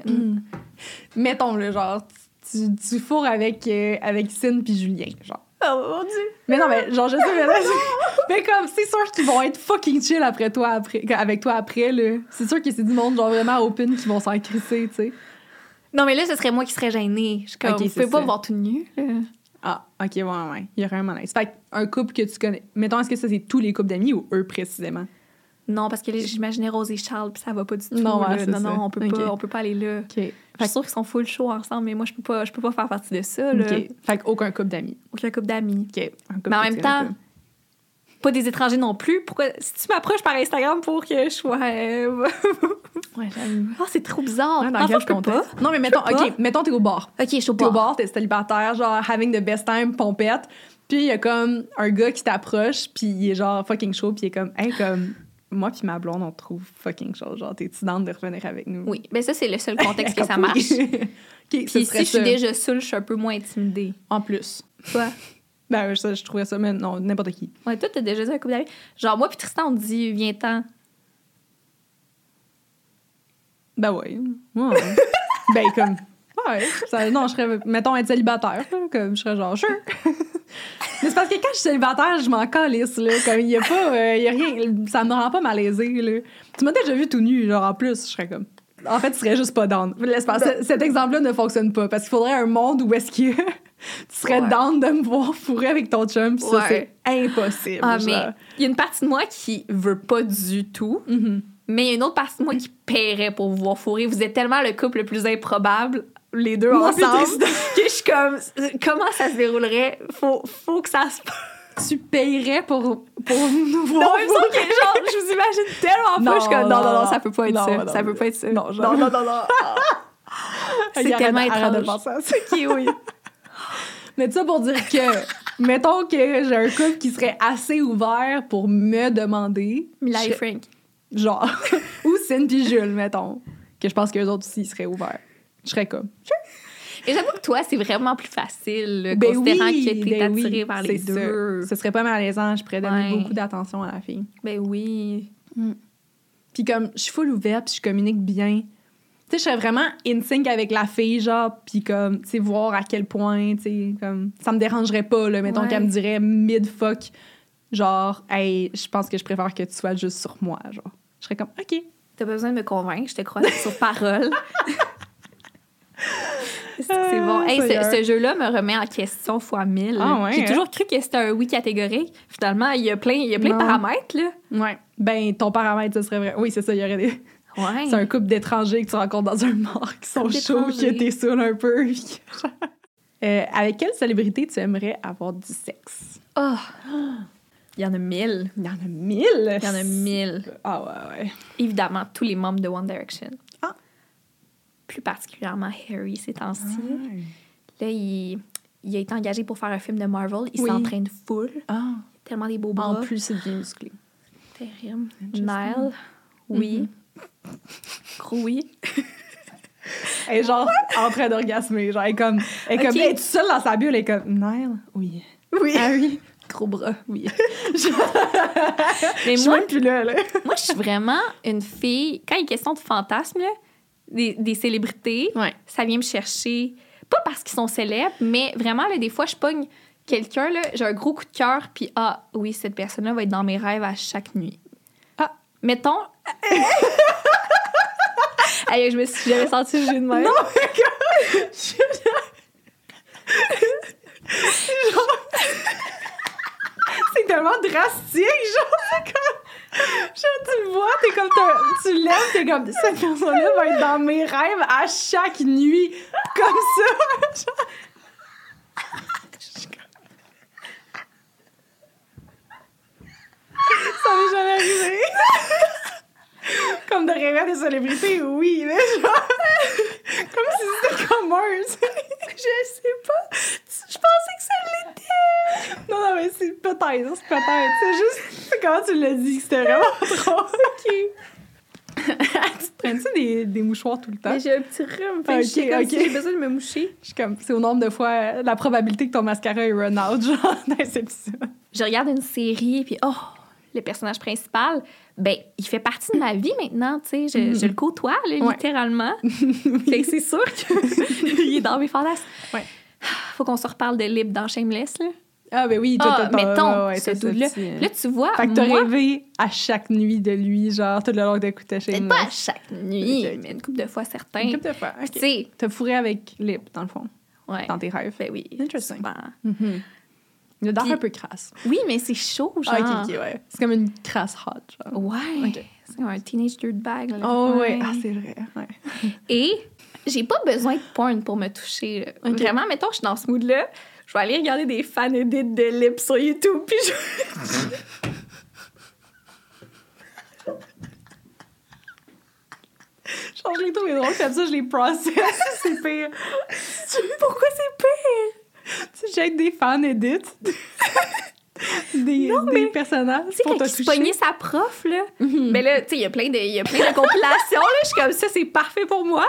Mettons le genre tu fourres avec Cine puis Julien, genre. Oh mon Dieu! Mais non, mais genre, je sais, mais là, mais comme, c'est sûr qu'ils vont être fucking chill avec toi après, là. C'est sûr que c'est du monde, genre, vraiment open qui vont s'en crisser, tu sais. Non, mais là, ce serait moi qui serais gênée. Je suis comme, Ok, vous c'est pouvez pas ça. me voir tout nu. là. Ah, ok, ouais. Il y aurait un malaise. Fait qu'un couple que tu connais. Mettons, est-ce que ça, c'est tous les couples d'amis ou eux précisément? Non, parce que là, j'imaginais Rose et Charles, puis ça va pas du tout. Non, ouais, là. c'est non, ça. on peut Ok. pas, on peut pas aller là. Ok. Je suis sûre qu'ils sont full show ensemble, mais moi, je peux pas faire partie de ça. Là. Ok. Fait qu'aucun couple d'amis. Aucun couple d'amis. Ok. Un couple Mais en que même tu temps, connais pas des étrangers non plus. Pourquoi? Si tu m'approches par Instagram pour que je sois. pas. Ouais, j'avoue. Oh, c'est trop bizarre. Ouais, Dans dans le fond, quel je peux pas. contexte? Non, mais mettons, Je peux pas. ok, mettons, t'es au bar. Ok, je suis au T'es au bar. bar, t'es célibataire, genre having the best time, pompette. Puis il y a comme un gars qui t'approche, puis il est genre fucking chaud, puis il est comme, hey, comme, moi puis ma blonde, on te trouve fucking chaud. Genre, t'es-tu down de revenir avec nous? Oui, mais ça, c'est le seul contexte que ça Oui. marche. Ok, Puis ce si serait je suis ça. déjà seule, je suis un peu moins intimidée. En plus. Toi? Ben, ça, je trouvais ça, mais non, n'importe qui. Ouais, toi, t'as déjà dit un couple d'amis. Genre, moi puis Tristan, on te dit, viens-t'en. Ben, ouais. Ouais. Ben, comme, ouais. Ça, non, je serais, mettons, être célibataire, là, comme, je serais genre, sure. Mais c'est parce que quand je suis célibataire, je m'en calisse, là. Comme, il y a pas, y a rien, ça me rend pas malaisée, là. Tu m'as déjà vu tout nu, genre, en plus, je serais comme, en fait, tu serais juste pas down. Laisse passer. Cet exemple-là ne fonctionne pas, parce qu'il faudrait un monde où est-ce que tu serais Ouais. down de me voir fourrer avec ton chum, pis ça, Ouais. c'est impossible. Ah, genre. mais il y a une partie de moi qui veut pas du tout, Mhm. mais il y a une autre partie de moi qui paierait pour vous voir fourrer. Vous êtes tellement le couple le plus improbable, les deux Moi puis ensemble, Tristan. que je suis comme, comment ça se déroulerait? Faut que ça se passe. Tu payerais pour nous Non, voir il me semble que genre, je vous imagine tellement pas. Je suis comme, non, ça peut pas être non, ça. non, Ça peut pas être ça. non, genre- non. C'est Ok, tellement arrête de étrange. penser à ça. Ok, oui. Mais ça pour dire que, mettons que j'ai un couple qui serait assez ouvert pour me demander. Mila et je- Frank. Genre, ou Cine puis Jules, mettons. Que je pense qu'eux autres aussi seraient ouverts. Je serais comme. Et j'avoue que toi, c'est vraiment plus facile, là, Ben considérant oui, que t'es ben attiré oui, vers les c'est deux. ça. Ce serait pas malaisant, je pourrais donner Ouais. beaucoup d'attention à la fille. Ben oui. Puis comme, je suis full ouverte, puis je communique bien. Tu sais, je serais vraiment in sync avec la fille, genre, puis comme, tu sais, voir à quel point, tu sais, comme, ça me dérangerait pas, là, mettons Ouais. qu'elle me dirait mid-fuck, genre, hey, je pense que je préfère que tu sois juste sur moi, genre. Je serais comme, OK. T'as pas besoin de me convaincre, je te crois sur parole. C'est bon. Hey, Seigneur. ce jeu-là me remet en question fois 1000. Ah ouais, J'ai hein? toujours cru que c'était un oui catégorique. Finalement, il y a plein de Non. paramètres, là. Ouais. Ben, ton paramètre, ce serait vrai. Oui, c'est ça, il y aurait des. Ouais. C'est un couple d'étrangers que tu rencontres dans un bar qui sont Couple chauds, que d'étrangers. t'es saoul un peu. Avec quelle célébrité tu aimerais avoir du sexe? Oh. Il y en a 1000. Il y en a 1000! Il y en a 1000. Ah ouais. Évidemment, tous les membres de One Direction. Ah. Plus particulièrement Harry ces temps-ci. Ouais. Là, il a été engagé pour faire un film de Marvel. Il Oui. s'entraîne full. Ah, Tellement des beaux bras. en plus, c'est bien musclé. Terrible. Interesting. Nile. Oui. Gros oui. Elle est genre en train d'orgasmer. Genre, elle est comme, elle est Ok. toute seule dans sa bulle. Elle est comme, Nile? Oui. Oui. Harry? Gros bras? Oui. Mais Je suis moi, même plus là. moi, je suis vraiment une fille. Quand il est question de fantasme, là, des célébrités, Ouais. ça vient me chercher. Pas parce qu'ils sont célèbres, mais vraiment, là, des fois, je pogne quelqu'un, là, j'ai un gros coup de cœur, puis ah, oui, cette personne-là va être dans mes rêves à chaque nuit. mettons... Hey, je me suis jamais sentie jugée de même. Non, mais c'est tellement drastique, genre, c'est comme... Genre, tu le vois, t'es comme... Tu lèves, t'es comme... Cette personne-là va être dans mes rêves à chaque nuit, comme ça. Genre... Ça m'est jamais arrivé. Comme de rêver à des célébrités, oui, mais genre... Comme si c'était commun, tu sais. Je sais pas. Je pensais que ça l'était. Non, mais c'est peut-être. C'est juste... C'est comment tu l'as dit, que c'était vraiment drôle. OK. Tu te prends-tu des mouchoirs tout le temps? Mais j'ai un petit rhume. Fait que Ok, comme ok. si j'ai besoin de me moucher. Je suis comme... C'est au nombre de fois la probabilité que ton mascara est run out, genre, d'inception. Je regarde une série, puis le personnage principal, ben, il fait partie de ma vie maintenant, tu sais. Je le côtoie, là, littéralement. Fait que c'est sûr qu'il est dans mes fantasmes. Ouais. Faut qu'on se reparle de Lib dans Shameless, là. Ah, ben oui, mettons, ouais, ce t'as dude-là. petit, Là, tu vois, Fait que t'as moi, rêvé à chaque nuit de lui, genre, tout le long que t'écoutais chez peut-être nous. pas à chaque nuit, Ok. mais une couple de fois certains. Une couple de fois, Tu OK. sais, T'as fourré avec Lip, dans le fond, ouais. dans tes rêves. Ben oui. Interesting. souvent. Mhm. Le dard Puis- un peu crasse. Oui, mais c'est chaud, genre. Ah, OK, ouais. C'est comme une crasse hot, genre. Ouais. Ok. C'est un teenage dirtbag, là. Oh, ouais. Ah, c'est vrai, ouais. Et j'ai pas besoin de porn pour me toucher. Là. Ok. Vraiment, mettons, je suis dans ce mood-là, je vais aller regarder des fan edits de Lip sur YouTube, puis je... Genre, je les trouve drôles, comme ça, je les processe. C'est pire. Pourquoi c'est pire? Tu jettes des fan edits. des personnages Tu sais, pour quand te il se toucher. pognait sa prof, là, mais là, tu sais, il y a plein de compilations, là, je suis comme ça, c'est parfait pour moi.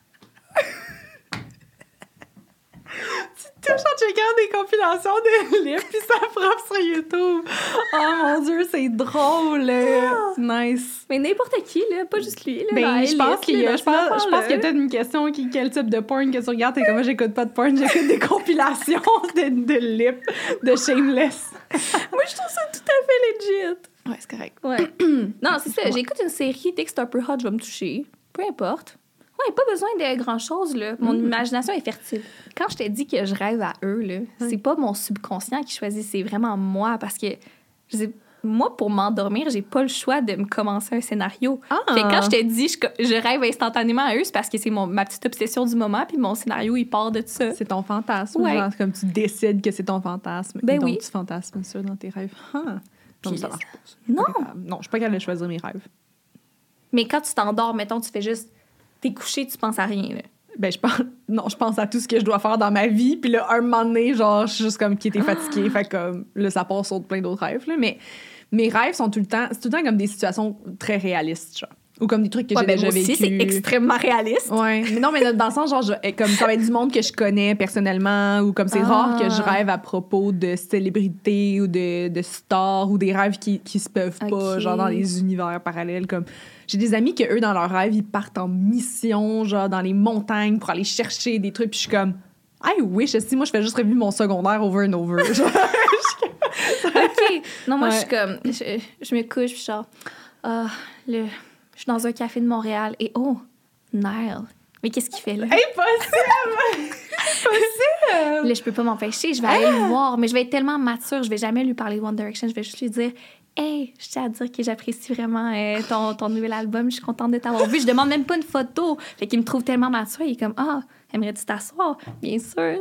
Tu touches en checkant des compilations de Lip puis sa prof sur YouTube. Oh mon Dieu, c'est drôle. Nice. Mais n'importe qui, là, pas juste lui, là. Ben, dans je pense Elite, qu'il y là, a, dans je pense cette qu'il y a affaire-là. peut-être une question quel type de porn que tu regardes. T'es comme moi, j'écoute pas de porn, j'écoute des compilations de Lip, de Shameless. Moi, je trouve ça tout à fait legit. Ouais, c'est correct. Ouais. Non, c'est ça. J'écoute une série, dès que c'est un peu hot, je vais me toucher. Peu importe. Ouais, pas besoin de grand-chose, là. Mon imagination est fertile. Quand je t'ai dit que je rêve à eux, là, c'est pas mon subconscient qui choisit, c'est vraiment moi. Parce que, moi, pour m'endormir, j'ai pas le choix de me commencer un scénario. Ah. Fait que quand je t'ai dit je rêve instantanément à eux, c'est parce que c'est ma petite obsession du moment, puis mon scénario, il part de ça. C'est ton fantasme. Ouais. Genre, comme tu décides que c'est ton fantasme. Ben et donc oui. tu fantasmes ça dans tes rêves. Ah. Non, Puis mais ça marche pas. Non. Non, je suis pas capable de choisir mes rêves. Mais quand tu t'endors, mettons, tu fais juste... T'es couché, tu penses à rien, là. Ben, je pense à tout ce que je dois faire dans ma vie. Puis là, un moment donné, genre, je suis juste comme qui était fatiguée. Fait que comme, là, ça passe sur plein d'autres rêves. Là. Mais mes rêves sont tout le temps comme des situations très réalistes, genre. Ou comme des trucs que j'ai déjà moi aussi, vécu. c'est extrêmement réaliste. Ouais. Mais non, mais dans le sens, genre, comme ça va être du monde que je connais personnellement. Ou comme c'est rare que je rêve à propos de célébrités ou de stars ou des rêves qui se peuvent pas, Ok. genre dans les univers parallèles. Comme j'ai des amis que eux dans leurs rêves ils partent en mission genre dans les montagnes pour aller chercher des trucs puis je suis comme I wish si moi je fais juste revivre mon secondaire over and over genre. OK. Non, moi, Ouais. je suis comme... Je me couche, puis genre... je suis dans un café de Montréal, et Nile. Mais qu'est-ce qu'il fait là? Impossible. Là, je peux pas m'empêcher, je vais aller le voir, mais je vais être tellement mature, je vais jamais lui parler de One Direction, je vais juste lui dire « Hey, je tiens à dire que j'apprécie vraiment ton nouvel album, je suis contente de t'avoir vu. » Je demande même pas une photo. Fait qu'il me trouve tellement mature, il est comme « Ah, aimerais-tu t'asseoir? » Bien sûr.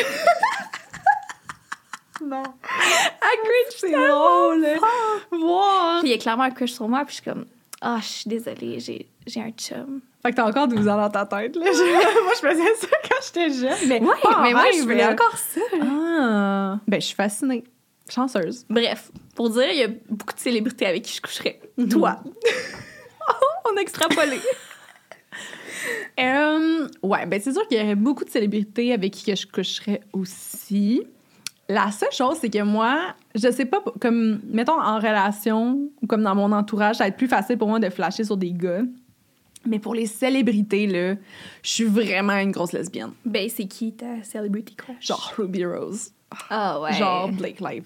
Non. I cringe, c'est drôle. Wow. Puis il y a clairement un crush sur moi, puis je suis comme « Ah, je suis désolée, j'ai un chum. » Fait que t'as encore 12 ans dans ta tête, là. Moi, je faisais ça quand j'étais jeune. Mais, Ouais, pas en mais moi, rêve, je voulais là. encore ça. là. Ah. Ben, je suis fascinée. Chanceuse. Bref, pour dire, il y a beaucoup de célébrités avec qui je coucherais. Toi. On a extrapolé. Ouais, ben c'est sûr qu'il y aurait beaucoup de célébrités avec qui que je coucherais aussi. La seule chose, c'est que moi, je sais pas, comme, mettons, en relation ou comme dans mon entourage, ça va être plus facile pour moi de flasher sur des gars. Mais pour les célébrités, là, je suis vraiment une grosse lesbienne. Ben, c'est qui ta celebrity crush? Genre Ruby Rose. Ah ouais. Genre Blake Lively.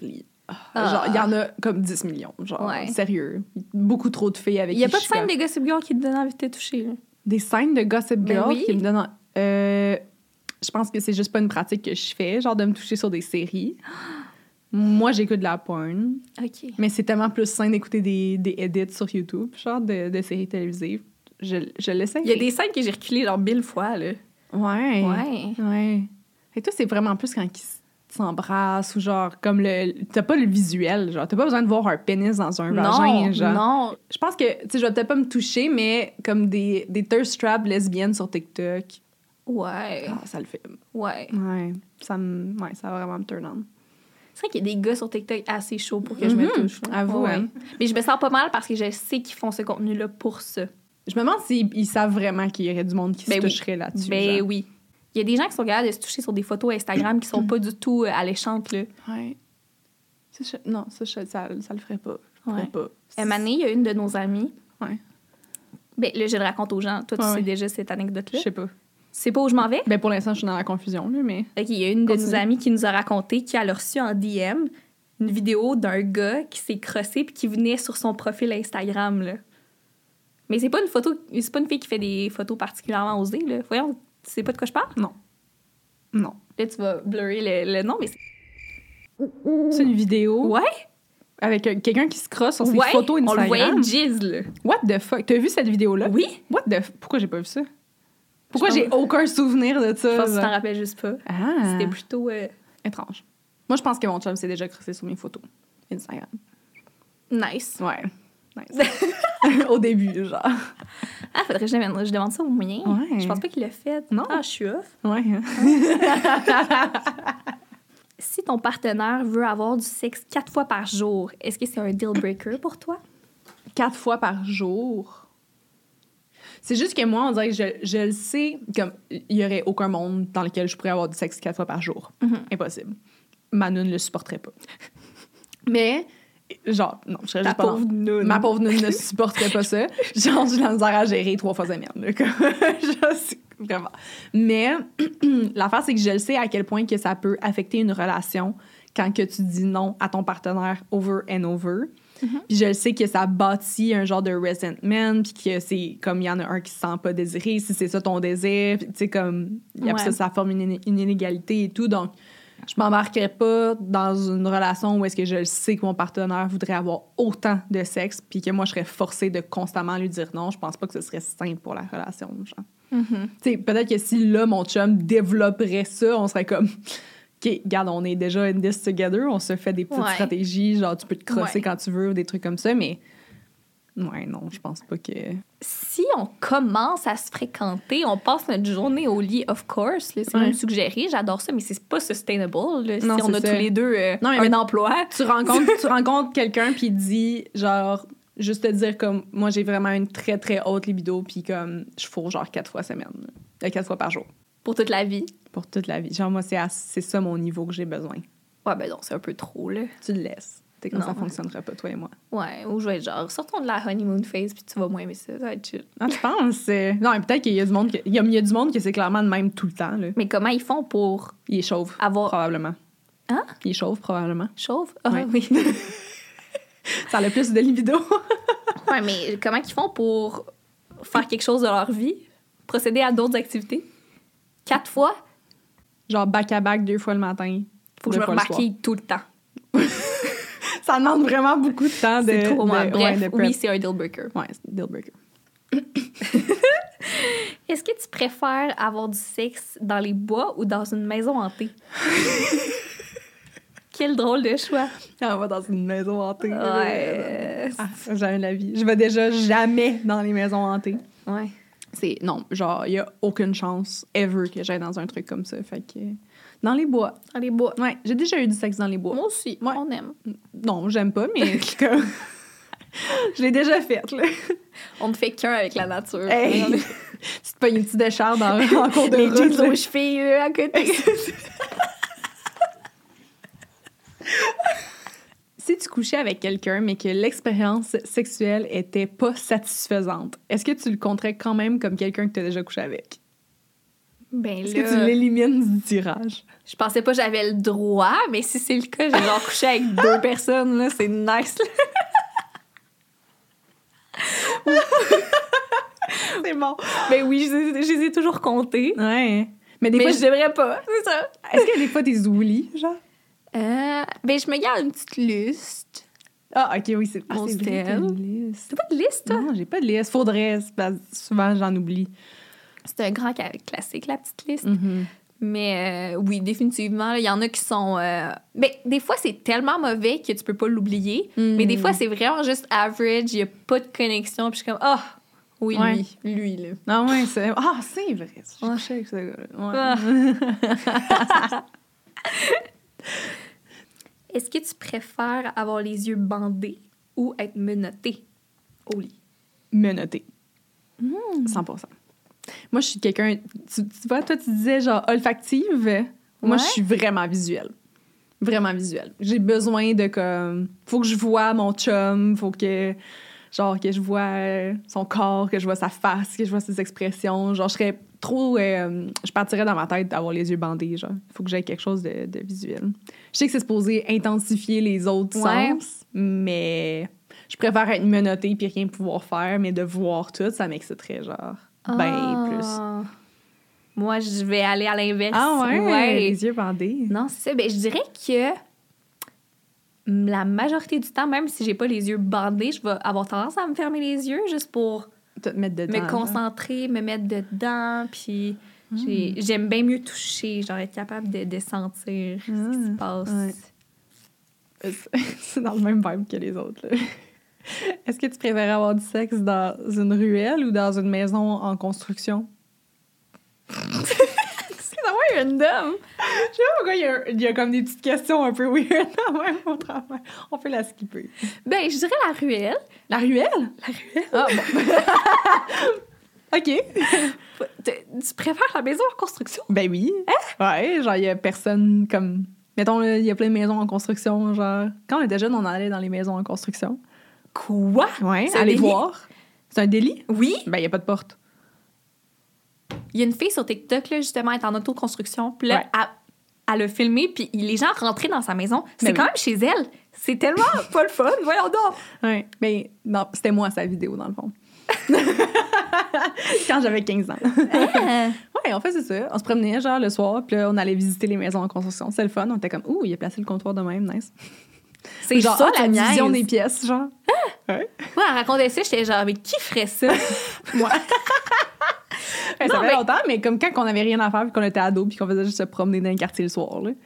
Genre, il y en a comme 10 millions. Genre, Ouais. sérieux. Beaucoup trop de filles avec Il y a qui pas je de suis scène comme- de Gossip Girl qui te donne envie de te toucher, là. Des scènes de Gossip Ben Girl oui. qui me donnent... je pense que c'est juste pas une pratique que je fais, genre de me toucher sur des séries. Moi, j'écoute de la porn, OK. mais c'est tellement plus sain d'écouter des edits sur YouTube, genre de séries télévisives. Je l'essaie. Il y a des scènes que j'ai reculées genre 1000 fois, là. Ouais. Ouais. Ouais. Et toi, c'est vraiment plus quand ils s'embrassent ou genre comme le... T'as pas le visuel, genre. T'as pas besoin de voir un pénis dans un vagin, genre. Non. Je pense que, tu sais, je vais peut-être pas me toucher, mais comme des thirst traps lesbiennes sur TikTok, Ouais. ça le fait. Ouais. Ouais. Ça va vraiment me turn on. C'est vrai qu'il y a des gars sur TikTok assez chauds pour que je me touche. là. Avoue, Ouais. hein. Mais je me sens pas mal parce que je sais qu'ils font ce contenu-là pour ça. Je me demande s'ils savent vraiment qu'il y aurait du monde qui Ben se oui. toucherait là-dessus. Ben genre. oui. Il y a des gens qui sont capables de se toucher sur des photos Instagram qui sont pas du tout alléchantes, là. Ouais. Non, ça le ferait pas. Je Ouais. ferais pas. Une année, il y a une de nos amies. Ouais. Ben là, je le raconte aux gens. Toi, tu Ouais, sais ouais. déjà cette Je anecdote-là. sais pas. C'est pas où je m'en vais? Ben pour l'instant, je suis dans la confusion, là, mais... OK, il y a une de Continue. nos amies qui nous a raconté qu'elle a reçu en DM une vidéo d'un gars qui s'est crossé puis qui venait sur son profil Instagram, là. Mais c'est pas une photo... C'est pas une fille qui fait des photos particulièrement osées, là. Voyons, tu sais pas de quoi je parle? Non. Non. Là, tu vas blurrer le nom, mais... C'est une vidéo Ouais? avec quelqu'un qui se crosse sur ses Ouais, photos on Instagram. le voyait jizz, là. What the fuck? T'as vu cette vidéo-là? Oui? What the... Pourquoi j'ai pas vu ça? Pourquoi Je j'ai pense- aucun souvenir de ça? Je pense que tu genre? t'en rappelles juste pas. Ah! C'était plutôt... Étrange. Moi, je pense que mon chum s'est déjà crossé sur mes photos Instagram. nice. Ouais. Nice. Au début, genre. Ah, faudrait que je demande ça au moyen. Ouais. Je pense pas qu'il l'a fait. Non. Ah, je suis off. Ouais. Si ton partenaire veut avoir du sexe 4 fois par jour, est-ce que c'est un deal breaker pour toi? 4 fois par jour. C'est juste que moi, on dirait que je le sais, comme il y aurait aucun monde dans lequel je pourrais avoir du sexe 4 fois par jour. Impossible. Manu ne le supporterait pas. Mais, genre, non, je serais Ta juste pas pauvre dans- noune. Ma pauvre noune ne supporterait pas ça. Genre, j'ai la misère à gérer 3 fois semaine. Là, comme, genre, c'est vraiment. Mais, l'affaire, c'est que je le sais à quel point que ça peut affecter une relation quand que tu dis non à ton partenaire over and over. Puis je le sais que ça bâtit un genre de resentment, puis que c'est comme il y en a un qui se sent pas désiré, si c'est ça ton désir, puis tu sais, comme, et après Ouais. ça forme une inégalité et tout. Donc, je m'embarquerais pas dans une relation où est-ce que je le sais que mon partenaire voudrait avoir autant de sexe, puis que moi, je serais forcée de constamment lui dire non. Je pense pas que ce serait simple pour la relation, genre. Tu sais, peut-être que si là, mon chum développerait ça, on serait comme... OK, regarde, on est déjà in this together, on se fait des petites Ouais. stratégies, genre tu peux te crosser Ouais. quand tu veux ou des trucs comme ça, mais ouais, non, je pense pas que... Si on commence à se fréquenter, on passe notre journée au lit, of course. là, c'est Ouais. même suggéré, j'adore ça, mais c'est pas sustainable là, si Non, on c'est a ça. tous les deux Non, mais un emploi. Tu rencontres quelqu'un puis il dit, genre, juste te dire comme, moi j'ai vraiment une très très haute libido puis comme, je fourre genre 4 fois semaine, 4 fois par jour, Pour toute la vie. pour toute la vie. Genre, moi, c'est ça mon niveau que j'ai besoin. Ouais, ben non, c'est un peu trop, là. Tu le laisses. C'est comme Non. ça fonctionnera pas, toi et moi. Ouais, ou je vais être genre, sortons de la honeymoon phase, puis tu vas moins aimer ça, ça va être chill. Ah, tu penses? Non, mais peut-être qu'il y a du monde il y a du monde que c'est clairement de même tout le temps, là. Mais comment ils font pour Il est chauve, avoir... probablement. Hein? Il est chauve, probablement. Chauve? Ah Ouais. oui. Ça a le plus de libido. Ouais, mais comment ils font pour faire quelque chose de leur vie? Procéder à d'autres activités? 4 fois? Genre back-à-back 2 fois le matin. Faut que 2 je me fois le soir. remarque tout le temps. Ça demande vraiment beaucoup de temps de... C'est trop, moi. de- Bref, ouais, de oui, prep. c'est un deal breaker. Ouais, c'est deal breaker. Est-ce que tu préfères avoir du sexe dans les bois ou dans une maison hantée? Quel drôle de choix. On va dans une maison hantée. Ouais. Ah, jamais de la vie. Je vais déjà jamais dans les maisons hantées. Ouais. Non, genre, il y a aucune chance ever que j'aille dans un truc comme ça. Fait que... Dans les bois. Dans les bois. Ouais, j'ai déjà eu du sexe dans les bois. Moi aussi, Ouais. on aime. Non, j'aime pas, mais comme... je l'ai déjà faite, là. On ne fait qu'un avec la nature. Hey! Tu te pognes une petite décharge en cours de Les route. jeans là. aux chevilles à côté. Si tu couchais avec quelqu'un, mais que l'expérience sexuelle était pas satisfaisante, est-ce que tu le compterais quand même comme quelqu'un que tu as déjà couché avec? Ben Est-ce que tu là, l'élimines du tirage? je pensais pas que j'avais le droit, mais si c'est le cas, j'ai genre couché avec 2 personnes, là, c'est nice, là. C'est bon. Ben oui, je les ai toujours comptés. Ouais. Mais des Mais fois, je devrais pas, c'est ça. est-ce que des fois, t'es oublies, genre? Ben je me garde une petite liste. Ah, OK, oui, c'est Mon c'est vrai, style. t'as une liste. T'as pas de liste, toi? Non, j'ai pas de liste. Faudrait, c'est parce que souvent, j'en oublie. C'est un grand classique, la petite liste. Mais oui, définitivement, il y en a qui sont... Mais des fois, c'est tellement mauvais que tu peux pas l'oublier. Mais des fois, c'est vraiment juste average, il y a pas de connexion. Puis je suis comme, ah, oui, Ouais. lui, là. Ah ouais, c'est... Ah, c'est vrai. Je couchais avec ce gars-là. Ouais. Est-ce que tu préfères avoir les yeux bandés ou être menotté au lit? Menotté. 100%. Moi, je suis quelqu'un... Tu vois, toi, tu disais genre olfactive. Moi, je suis vraiment visuelle. Vraiment visuelle. J'ai besoin de comme... Faut que je vois mon chum, faut que... Genre, que je vois son corps, que je vois sa face, que je vois ses expressions. Genre, je serais trop... je partirais dans ma tête d'avoir les yeux bandés, genre. Faut que j'aie quelque chose de visuel. Je sais que c'est supposé intensifier les autres sens, mais je préfère être menottée puis rien pouvoir faire, mais de voir tout, ça m'exciterait, genre, ben plus. Moi, je vais aller à l'inverse. Ah ouais? Les yeux bandés? Non, c'est ça. Ben, je dirais que la majorité du temps, même si j'ai pas les yeux bandés, je vais avoir tendance à me fermer les yeux juste pour Te mettre dedans. me concentrer, me mettre dedans, puis j'aime bien mieux toucher, genre être capable de sentir ce qui se passe. Ouais. C'est dans le même vibe que les autres, là. Est-ce que tu préfères avoir du sexe dans une ruelle ou dans une maison en construction? C'est vraiment random. Je sais pas pourquoi il y a comme des petites questions un peu weird quand même au travail. On peut la skipper. Ben, je dirais la ruelle. La ruelle? La ruelle? Ah, bon. OK. Tu préfères la maison en construction? Ben oui. Ouais, genre, il y a personne comme... Mettons, il y a plein de maisons en construction, genre... Quand on était jeunes, on allait dans les maisons en construction. Quoi? Ouais, C'est un aller délit? voir. C'est un délit? Oui. Ben, il n'y a pas de porte. Il y a une fille sur TikTok, là, justement, elle est en autoconstruction. Puis là, Ouais. elle a filmé, puis les gens rentraient dans sa maison. C'est Ben quand oui. même chez elle. C'est tellement pas le fun. Voyons donc. Ouais. Ben, non, c'était moi, sa vidéo, dans le fond. Quand j'avais 15 ans. Ouais, on faisait ça. On se promenait, genre, le soir, puis là, on allait visiter les maisons en construction. C'était le fun. On était comme, ouh, il a placé le comptoir de même, nice. C'est genre, ça, la la division niaise. des pièces, genre. Ouais. Moi, elle racontait ça, j'étais genre, mais qui ferait ça? Moi. Ça Non, fait mais- longtemps, mais comme quand on avait rien à faire, puis qu'on était ados, puis qu'on faisait juste se promener dans le quartier le soir, là.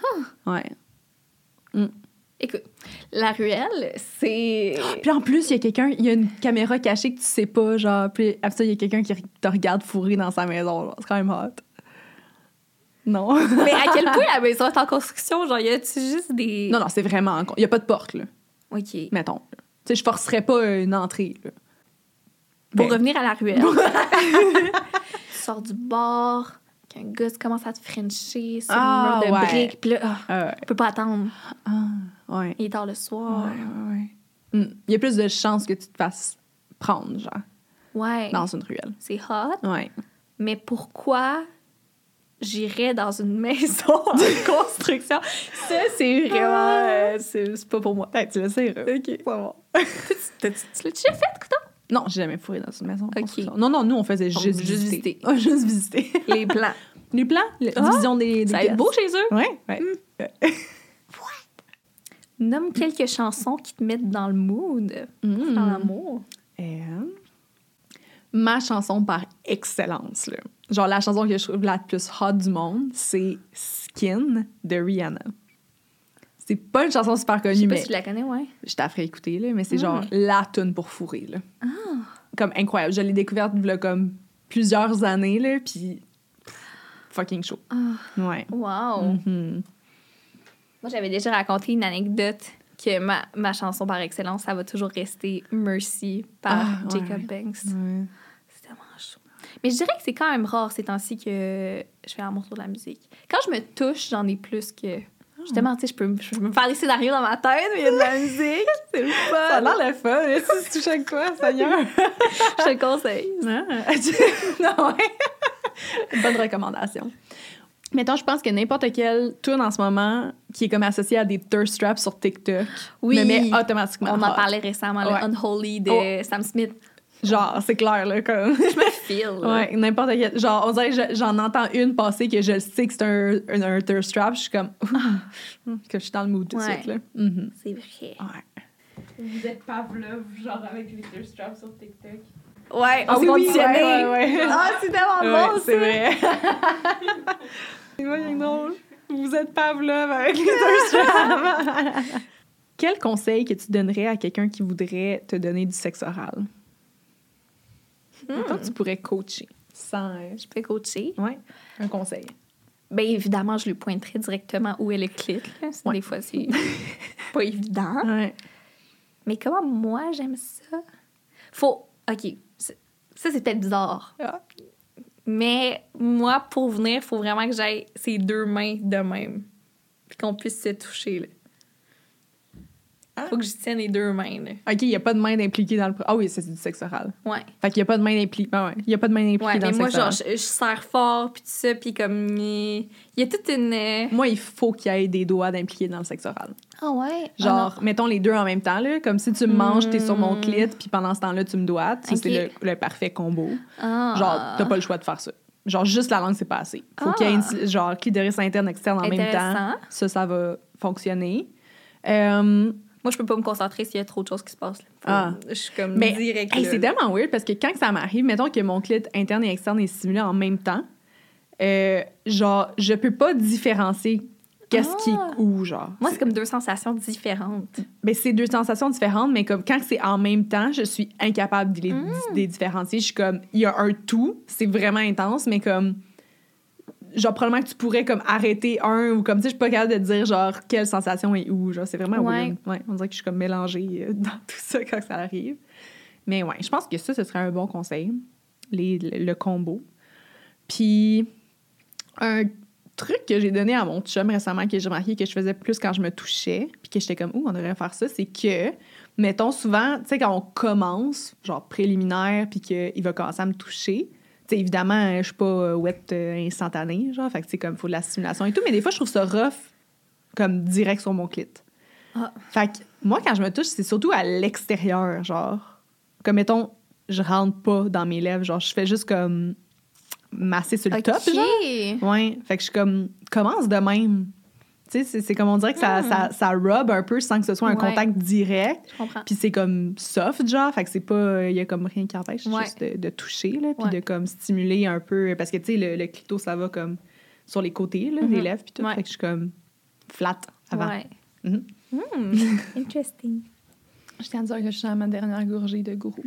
Ouais. Écoute, la ruelle, c'est... Puis en plus, il y a une caméra cachée que tu sais pas, genre, puis après ça, il y a quelqu'un qui te regarde fourrer dans sa maison, genre. C'est quand même hot. Non. Mais à quel point la maison est en construction? Genre, y a-tu juste des... Non, c'est vraiment... Il y a pas de porte, là, OK. mettons. Tu sais, je forcerais pas une entrée, là. Pour Ben. revenir à la ruelle. Tu sors du bar, qu'un gars commence à te frencher sur Ah, le mur de ouais. briques, puis là, Ouais. on peut pas attendre. Ouais. Il est tard le soir. Il y a plus de chances que tu te fasses prendre, genre, Ouais. dans une ruelle. C'est hot. Ouais. Mais pourquoi j'irais dans une maison en construction? Ça, c'est vraiment... c'est pas pour moi. Tu le sais, OK. C'est bon. Tu l'as déjà fait, couteau? Non, j'ai jamais fourré dans une maison. en OK. construction. Non, nous, on faisait juste juste visiter. visiter. Ouais, juste visiter. Les plans. Les plans, la division des Ça va pièces. être beau chez eux. Ouais. Nomme quelques chansons qui te mettent dans le mood. Dans l'amour. Ma chanson par excellence, là. Genre, la chanson que je trouve la plus hot du monde, c'est Skin de Rihanna. C'est pas une chanson super Je connue, sais pas mais si tu la connais, ouais. je t'en ferai écouter, là, mais c'est genre la tune pour fourrer, là. Comme incroyable. Je l'ai découverte il y a comme plusieurs années, là, puis fucking chaud. Ouais. Wow. Moi, j'avais déjà raconté une anecdote que ma chanson par excellence, ça va toujours rester Mercy par Jacob Banks. Ouais. C'est tellement chaud. Mais je dirais que c'est quand même rare ces temps-ci que je fais un morceau de la musique. Quand je me touche, j'en ai plus que... Justement, tu sais, je peux me faire des scénarios dans ma tête, mais il y a de la musique. C'est le fun. Ça a l'air le fun. Mais si tu touches avec quoi, Seigneur? Je te le conseille. Non, ouais. Bonne recommandation. Mettons, je pense que n'importe quelle tune en ce moment qui est comme associée à des thirst traps sur TikTok me met automatiquement On en hot. parlait récemment, le Unholy de Sam Smith. Genre, c'est clair, là, comme... Je me feel. Ouais, n'importe quel... Genre, on dirait que j'en entends une passer que je sais que c'est un thirst trap, je suis comme... que je suis dans le mood tout de suite, là. Mm-hmm. C'est vrai. Ouais. Vous êtes Pavlov, genre avec les thirst traps sur TikTok. Ouais, on s'est oui, conditionné. ouais. Ah, c'est tellement bon, c'est ça. vrai. C'est bien drôle. Vous êtes Pavlov avec les thirst traps. Quel conseil que tu donnerais à quelqu'un qui voudrait te donner du sexe oral? Mettons que tu pourrais coacher sans... Je peux coacher. Ouais, un conseil. Bien évidemment, je lui pointerai directement où est le clic. Là. Ouais. Des fois, c'est pas évident. Ouais. Mais comment moi, j'aime ça? Faut... OK, ça, c'est peut-être bizarre. Ah. Mais moi, pour venir, il faut vraiment que j'aille ces deux mains de même. Puis qu'on puisse se toucher, là. Faut que je tienne les deux mains, là. OK, il n'y a pas de main impliquée dans le... Ah oui, c'est du sexe oral. Ouais. Fait qu'il n'y a pas de main impliquée. Ah ouais, il n'y a pas de main impliquée Ouais, dans mais le moi, sexe genre, oral. je serre fort, puis tout ça, puis comme... Il y a toute une... Moi, il faut qu'il y ait des doigts d'impliqués dans le sexe oral. Ah ouais? Genre, mettons les deux en même temps, là. Comme si tu me manges, t'es sur mon clit, puis pendant ce temps-là, tu me doigtes. Ça, Ok. c'est le parfait combo. Ah. Genre, t'as pas le choix de faire ça. Genre, juste la langue, c'est pas assez. Faut qu'il y ait une, genre clitoris interne, externe en même Intéressant. temps. Ça va fonctionner. Moi, je peux pas me concentrer s'il y a trop de choses qui se passent. Ah. Je suis comme Mais direct hey, là. c'est tellement weird parce que quand ça m'arrive, mettons que mon clit interne et externe est stimulé en même temps, genre, je peux pas différencier qu'est-ce qui est où, genre. Moi, c'est comme deux sensations différentes. Ben, c'est deux sensations différentes, mais comme quand c'est en même temps, je suis incapable de les différencier. Je suis comme, il y a un tout, c'est vraiment intense, mais comme, genre, probablement que tu pourrais comme arrêter un ou comme, tu sais, je suis pas capable de dire, genre, quelle sensation est où. Genre, c'est vraiment weird. Ouais, on dirait que je suis comme mélangée dans tout ça quand ça arrive. Mais ouais, je pense que ça, ce serait un bon conseil, le combo. Puis, un truc que j'ai donné à mon chum récemment, que j'ai remarqué que je faisais plus quand je me touchais, puis que j'étais comme, on devrait faire ça, c'est que, mettons, souvent, tu sais, quand on commence, genre préliminaire, puis qu'il va commencer à me toucher, tu sais, évidemment, je suis pas wet instantanée, genre, fait que c'est comme, il faut de la stimulation et tout, mais des fois, je trouve ça rough, comme direct sur mon clit. Ah. Fait que moi, quand je me touche, c'est surtout à l'extérieur, genre, comme, mettons, je rentre pas dans mes lèvres, genre, je fais juste comme masser sur le top, genre. Ouais, fait que je suis comme, commence de même. Tu sais, c'est comme on dirait que ça rub un peu sans que ce soit un contact direct. Je comprends. Puis c'est comme soft, genre, fait que c'est pas, il y a comme rien qui empêche juste de toucher, là, puis de comme stimuler un peu, parce que tu sais, le clito, ça va comme sur les côtés, là, les lèvres, puis tout, fait que je suis comme flat avant. Ouais. Interesting. Je tiens à dire que je suis à ma dernière gorgée de gourou.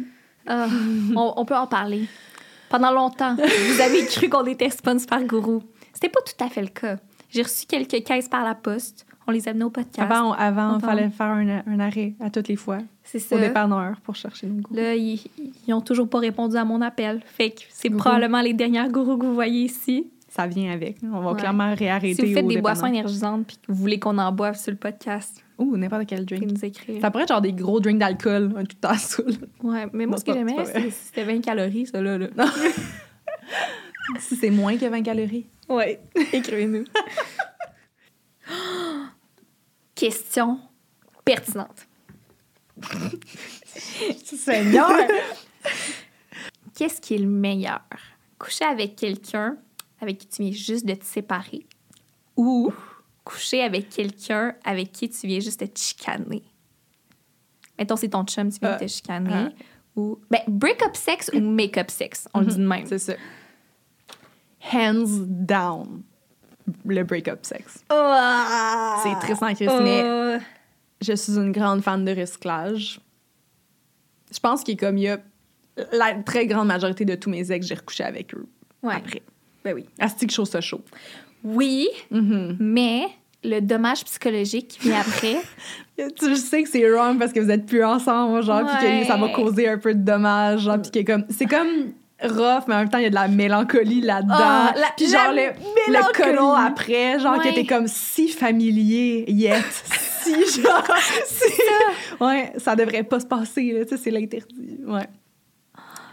On peut en parler. Pendant longtemps, vous avez cru qu'on était sponsor par Gourou. C'était pas tout à fait le cas. J'ai reçu quelques caisses par la poste. On les amenait au podcast. Avant, il fallait faire un arrêt à toutes les fois. C'est ça. Au dépanneur pour chercher nos gourous. Là, ils ont toujours pas répondu à mon appel. Fait que c'est Gourou. probablement les dernières gourous que vous voyez ici. Ça vient avec. On va clairement réarrêter Si vous faites au des dépanneur. boissons énergisantes puis que vous voulez qu'on en boive sur le podcast, Ou n'importe quel vous drink. pouvez nous écrire. Ça pourrait être genre des gros drinks d'alcool, un tout le temps saoul. Ouais, mais moi, Non, ce que c'est j'aimais, pas vrai. c'était 20 calories, ça, là. Si c'est moins que 20 calories. Ouais, écrivez-nous. Question pertinente. Seigneur! Qu'est-ce qui est le meilleur? Coucher avec quelqu'un avec qui tu viens juste de te séparer ou coucher avec quelqu'un avec qui tu viens juste de te chicaner? Mettons, c'est ton chum, tu viens de te chicaner. Ou, ben, break-up sex ou make-up sex? On le dit de même. C'est ça. Hands down, le break-up sex. C'est triste en Christ, mais je suis une grande fan de recyclage. Je pense qu'il y a la très grande majorité de tous mes ex, j'ai recouché avec eux après. Ben oui. Asti que je trouve ça chaud. Oui, mais le dommage psychologique qui vient après... Tu sais que c'est wrong parce que vous êtes plus ensemble, genre, puis que ça va Ouais. causer un peu de dommages, genre, puis que comme... C'est comme rough, mais en même temps, il y a de la mélancolie là-dedans. Puis genre, le cuddle après, genre, que t'es comme si familier, yet, si, genre... Ouais, ça devrait pas se passer, là, tu sais, c'est l'interdit, ouais.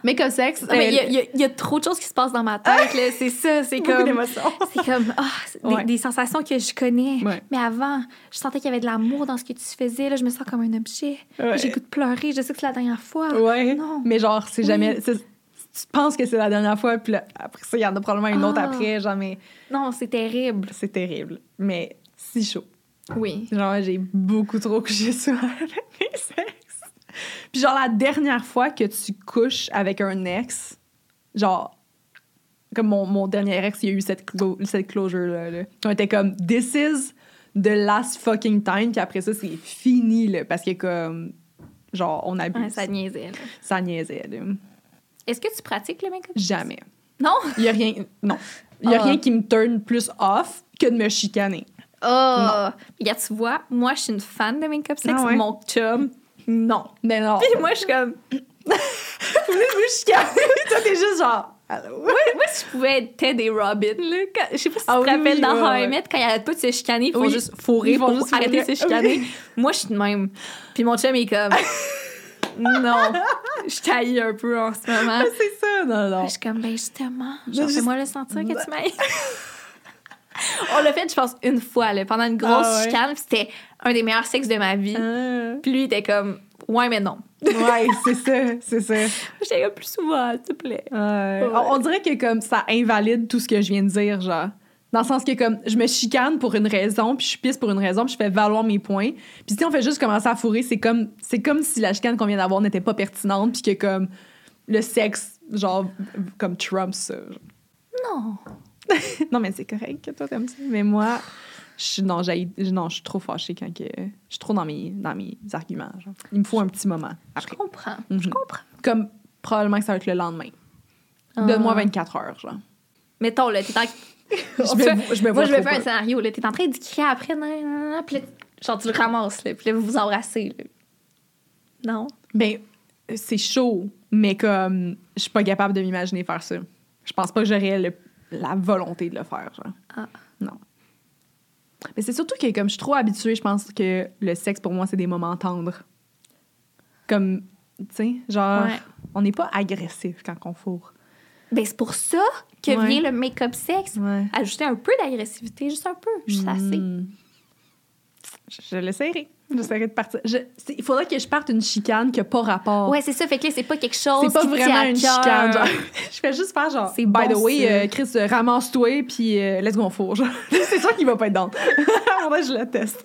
Make-up sex. Il y a trop de choses qui se passent dans ma tête, là. C'est ça, c'est beaucoup comme... d'émotions. C'est comme, Ouais. des sensations que je connais. Ouais. Mais avant, je sentais qu'il y avait de l'amour dans ce que tu faisais. Là, je me sens comme un objet. Ouais. J'ai le goût de pleurer. Je sais que c'est la dernière fois. Ouais. Non. Mais genre, c'est jamais. Tu penses que c'est la dernière fois, puis là, après ça, il y en a probablement une autre après. Genre, mais Non, c'est terrible. c'est terrible. Mais si chaud. Oui. Genre, j'ai beaucoup trop couché souvent avec mes sexes. Puis genre, la dernière fois que tu couches avec un ex, genre, comme mon dernier ex, il y a eu cette closure-là. Là. On était comme, this is the last fucking time, puis après ça, c'est fini, là, parce que comme, genre, on abuse. Ouais, ça niaisait. Là. Ça niaisait, là. Est-ce que tu pratiques le make-up? Jamais. Non? Il y a rien... Non. Il y a rien qui me turn plus off que de me chicaner. Oh! Regarde, tu vois, moi, je suis une fan de make-up sex. Ah ouais? Mon chum, non. Mais non. Puis moi, je suis comme... Vous voulez vous chicaner? Toi, t'es juste genre... Allô? Moi, si je pouvais être Ted et Robin, là, je sais pas si tu te oui, rappelles oui, dans ouais, How I ouais. Met, quand ils arrêtent pas de se chicaner, ils font Oui. juste fourrer Ils font pour juste arrêter de fourrer. se chicaner. Moi, je suis de même. Puis mon chum est comme... non, je taille un peu en ce moment. C'est ça, non. Je suis comme, ben justement, genre, Juste- fais-moi le sentir que tu m'ailles. On l'a fait, je pense, une fois, là, pendant une grosse Ah ouais? chicane, puis c'était un des meilleurs sexes de ma vie. Puis lui, il était comme, ouais, mais non. Ouais, c'est ça. J'étais comme, plus souvent, s'il te plaît. Ouais. On dirait que comme ça invalide tout ce que je viens de dire, genre. Dans le sens que comme je me chicane pour une raison, puis je pisse pour une raison, puis je fais valoir mes points. Puis si on fait juste commencer à fourrer, c'est comme si la chicane qu'on vient d'avoir n'était pas pertinente, puis que comme le sexe, genre, comme Trump, ça. genre. Non. Non, mais c'est correct que toi t'aimes ça. Mais moi, je suis trop fâchée quand que je suis trop dans mes arguments. Genre. Il me faut un petit moment Je après. comprends. Mhm. Je comprends. Comme probablement que ça va être le lendemain. Donne-moi 24 heures, genre. Mettons, là, t'es en... Je me vois Moi, je vais trop faire un pas. scénario, là. T'es en train d'y crier après, puis là, genre, tu le ramasses, là, puis là, vous vous embrassez, là. Non? Ben, c'est chaud, mais comme, je suis pas capable de m'imaginer faire ça. Je pense pas que j'aurais la volonté de le faire, genre. Ah. Non. Mais c'est surtout que, comme je suis trop habituée, je pense que le sexe, pour moi, c'est des moments tendres. Comme, tu sais, genre, Ouais. on n'est pas agressif quand on fourre. Ben, c'est pour ça que Ouais. vient le make-up sexe. Ouais. Ajouter un peu d'agressivité, juste un peu, juste assez. Je l'essaierai. J'essaierai de partir. Il faudrait que je parte une chicane qui n'a pas rapport. Ouais, c'est ça. Fait que là, c'est pas quelque chose C'est pas qui te tient vraiment à une cœur. chicane. Genre, je fais juste faire genre, C'est by bon, the way, ça. Chris, ramasse-toi, puis let's go, on fourre. Genre, c'est sûr qu'il va pas être dans. En vrai, je le teste.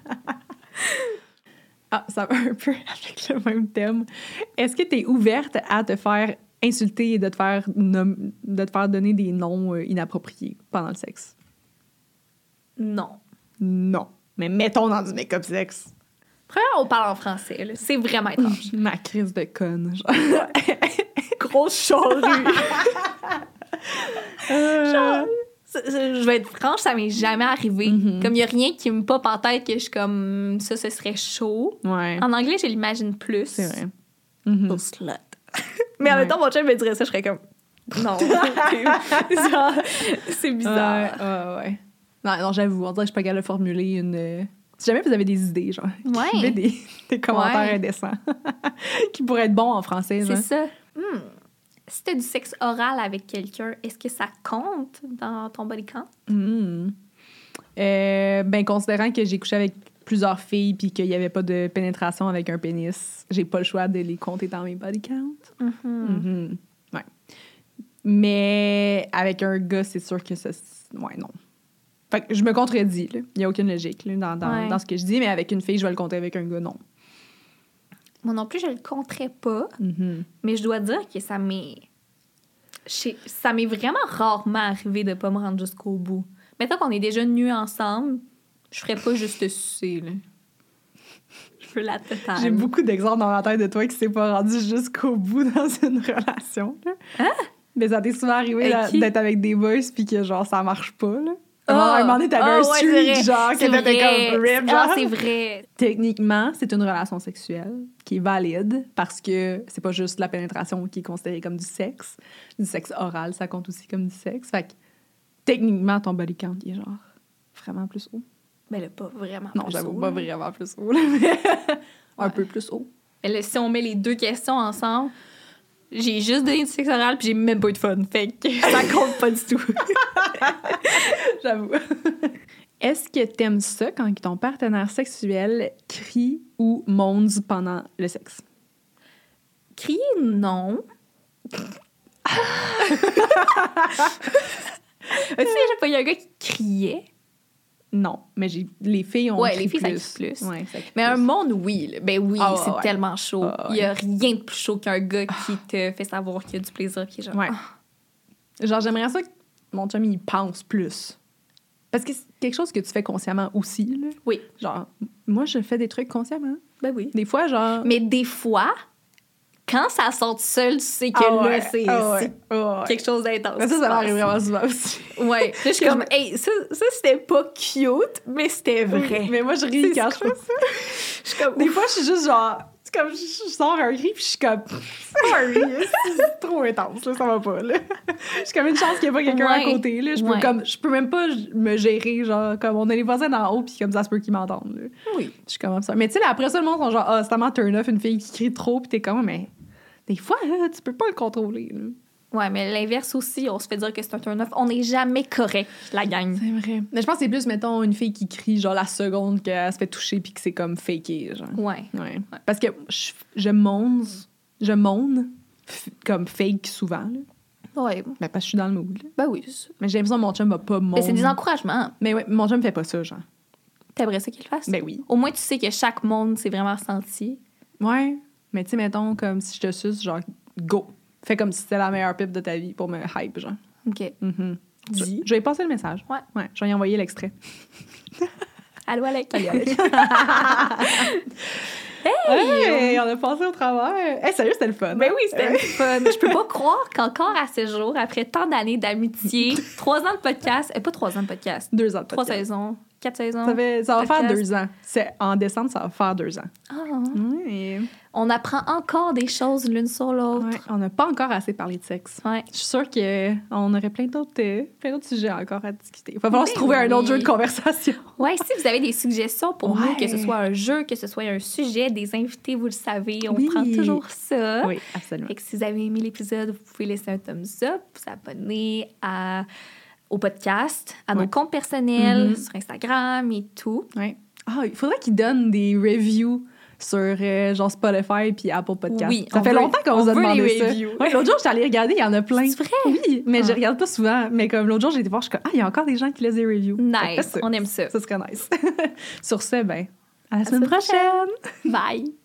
Ah, ça va un peu avec le même thème. Est-ce que tu es ouverte à te faire insulter et de te faire donner des noms inappropriés pendant le sexe? Non. Non. Mais mettons dans du make-up sexe. Premièrement, on parle en français, là. C'est vraiment étrange. Ma crise de conne. Genre. Grosse charrue. Genre, Je vais être franche, ça m'est jamais arrivé. Mhm. Comme il y a rien qui me pop en tête que je suis comme ça, ce serait chaud. ouais. En anglais, je l'imagine plus. C'est vrai. Mhm. Au slut. Mais en même Ouais. temps, mon chum me dirait ça, je serais comme non. Genre, c'est bizarre. Ouais. Non, j'avoue, on dirait que je suis pas capable de formuler une... Si jamais vous avez des idées, genre, Ouais. écrivez des commentaires Ouais. indécents qui pourraient être bons en français, C'est genre. ça. Si t'as du sexe oral avec quelqu'un, est-ce que ça compte dans ton body count? Ben, considérant que j'ai couché avec plusieurs filles puis qu'il y avait pas de pénétration avec un pénis, j'ai pas le choix de les compter dans mes body count. Mhm. Ouais. Mais avec un gars, c'est sûr que ça... Ouais, non. Fait que je me contredis, là. Il y a aucune logique là, Ouais. dans ce que je dis, mais avec une fille, je vais le compter avec un gars, non. Moi non plus, je le compterais pas, mais je dois dire que ça m'est vraiment rarement arrivé de pas me rendre jusqu'au bout. Mettons qu'on est déjà nus ensemble, je ferais pas juste sucer, là. Je veux la totale. J'ai beaucoup d'exemples dans ma tête de toi qui s'est pas rendu jusqu'au bout dans une relation. Là. Hein? Mais ça t'est souvent arrivé Avec là, qui? d'être avec des boys puis que genre ça marche pas. Là. Ah! À un moment donné, t'avais un ouais, streak, c'est vrai. genre, C'est que t'étais vrai. comme rip, Ah, genre. c'est vrai. Techniquement, c'est une relation sexuelle qui est valide parce que c'est pas juste la pénétration qui est considérée comme du sexe. Du sexe oral, ça compte aussi comme du sexe. Fait que techniquement, ton body count il est genre vraiment plus haut. Mais là, pas vraiment. Non, plus j'avoue, haut, pas là. vraiment plus haut, là, mais un Ouais. peu plus haut. Mais là, si on met les deux questions ensemble, J'ai juste donné du sexe oral puis j'ai même pas eu de fun. Fait que ça compte pas du tout. J'avoue. Est-ce que t'aimes ça quand ton partenaire sexuel crie ou monze pendant le sexe? Crier, non. As-tu déjà pas eu un gars qui criait? Non, mais les filles ont Ouais, crie les filles, ça plus. crie plus. Ouais, ça crie Mais plus. un monde, oui. Là. Ben oui, Ah, c'est ouais. tellement chaud. Ah, Il y a rien de plus chaud qu'un gars qui te fait savoir qu'il y a du plaisir. Puis genre, Ouais. ah. Genre, j'aimerais ça que mon chum, il pense plus. Parce que c'est quelque chose que tu fais consciemment aussi, là. Oui. Genre, moi, je fais des trucs consciemment. Ben oui. Des fois, genre... Mais des fois, quand ça sort tout seul, tu sais que là, c'est quelque chose d'intense. Mais ça m'arrive vraiment souvent aussi. Ouais. Là, je suis comme, hey, ça c'était pas cute, mais c'était vrai. Oui, mais moi, je ris quand je fais ça. Je suis comme, Des fois, je suis juste genre... C'est comme, je sors un cri, puis je suis comme... Sorry, c'est trop intense, là, ça va pas, là. J'ai comme une chance qu'il n'y ait pas quelqu'un à côté, là. Je peux même pas me gérer, genre, comme on a les voisins d'en haut, puis comme ça se peut qu'ils m'entendent, là. oui. Je suis comme ça. Mais tu sais, là, après ça, le monde sont genre, c'est tellement turn off, une fille qui crie trop, puis t'es comme, mais des fois, là, tu peux pas le contrôler, là. Ouais, mais l'inverse aussi, on se fait dire que c'est un turn-off. On n'est jamais correct, la gang. C'est vrai. Mais je pense que c'est plus, mettons, une fille qui crie, genre, la seconde qu'elle se fait toucher, puis que c'est comme faké, genre. Ouais. Ouais. Parce que je mourne comme fake souvent, là. Ouais. Ben, parce que je suis dans le mood, là. Ben oui, c'est ça. Mais j'ai l'impression que mon chum va pas Mais c'est des mourne. encouragements. Mais ouais, mon chum fait pas ça, genre. T'aimerais ça qu'il le fasse? Ben oui. Au moins, tu sais que chaque monde, c'est vraiment ressenti. Ouais. Mais tu sais, mettons, comme si je te suce, genre, go. Fais comme si c'était la meilleure pipe de ta vie pour me hype, genre. OK. Mhm. Dis. Je vais y passer le message. Ouais. Ouais, je vais y envoyer l'extrait. Allô, Alec. Hey, on a passé au travers. Hey, sérieux, c'était le fun. Ben oui, c'était le fun. Je peux pas croire qu'encore à ce jour, après tant d'années d'amitié, 3 ans de podcast, pas 3 ans de podcast, 2 ans de 3 podcast. saisons, 4 saisons. Ça va faire podcast. 2 ans. En décembre, ça va faire 2 ans. Ah. Oui. On apprend encore des choses l'une sur l'autre. Ouais, on n'a pas encore assez parlé de sexe. Ouais. Je suis sûre qu'on aurait plein d'autres sujets encore à discuter. Il va falloir Ben se trouver un autre oui. jeu de conversation. Ouais, si vous avez des suggestions pour Ouais. nous, que ce soit un jeu, que ce soit un sujet, des invités, vous le savez, on Oui. prend toujours ça. Oui, absolument. Fait que si vous avez aimé l'épisode, vous pouvez laisser un thumbs up, vous abonner au podcast, à nos Ouais. comptes personnels, Mhm. sur Instagram et tout. Ouais. Ah, il faudrait qu'ils donnent des reviews sur genre Spotify puis Apple Podcasts. Oui, ça on fait veut- longtemps qu'on on vous a veut demandé les ça. reviews. Ouais, l'autre jour, j'étais allée regarder, il y en a plein. C'est vrai? Oui, mais je Ah. regarde pas souvent. Mais comme l'autre jour, j'ai été voir, je suis comme, il y a encore des gens qui laissent des reviews. Fait que Nice, ça, on aime ça. ça serait nice. Sur ce, ben, à la la semaine semaine prochaine. Bye!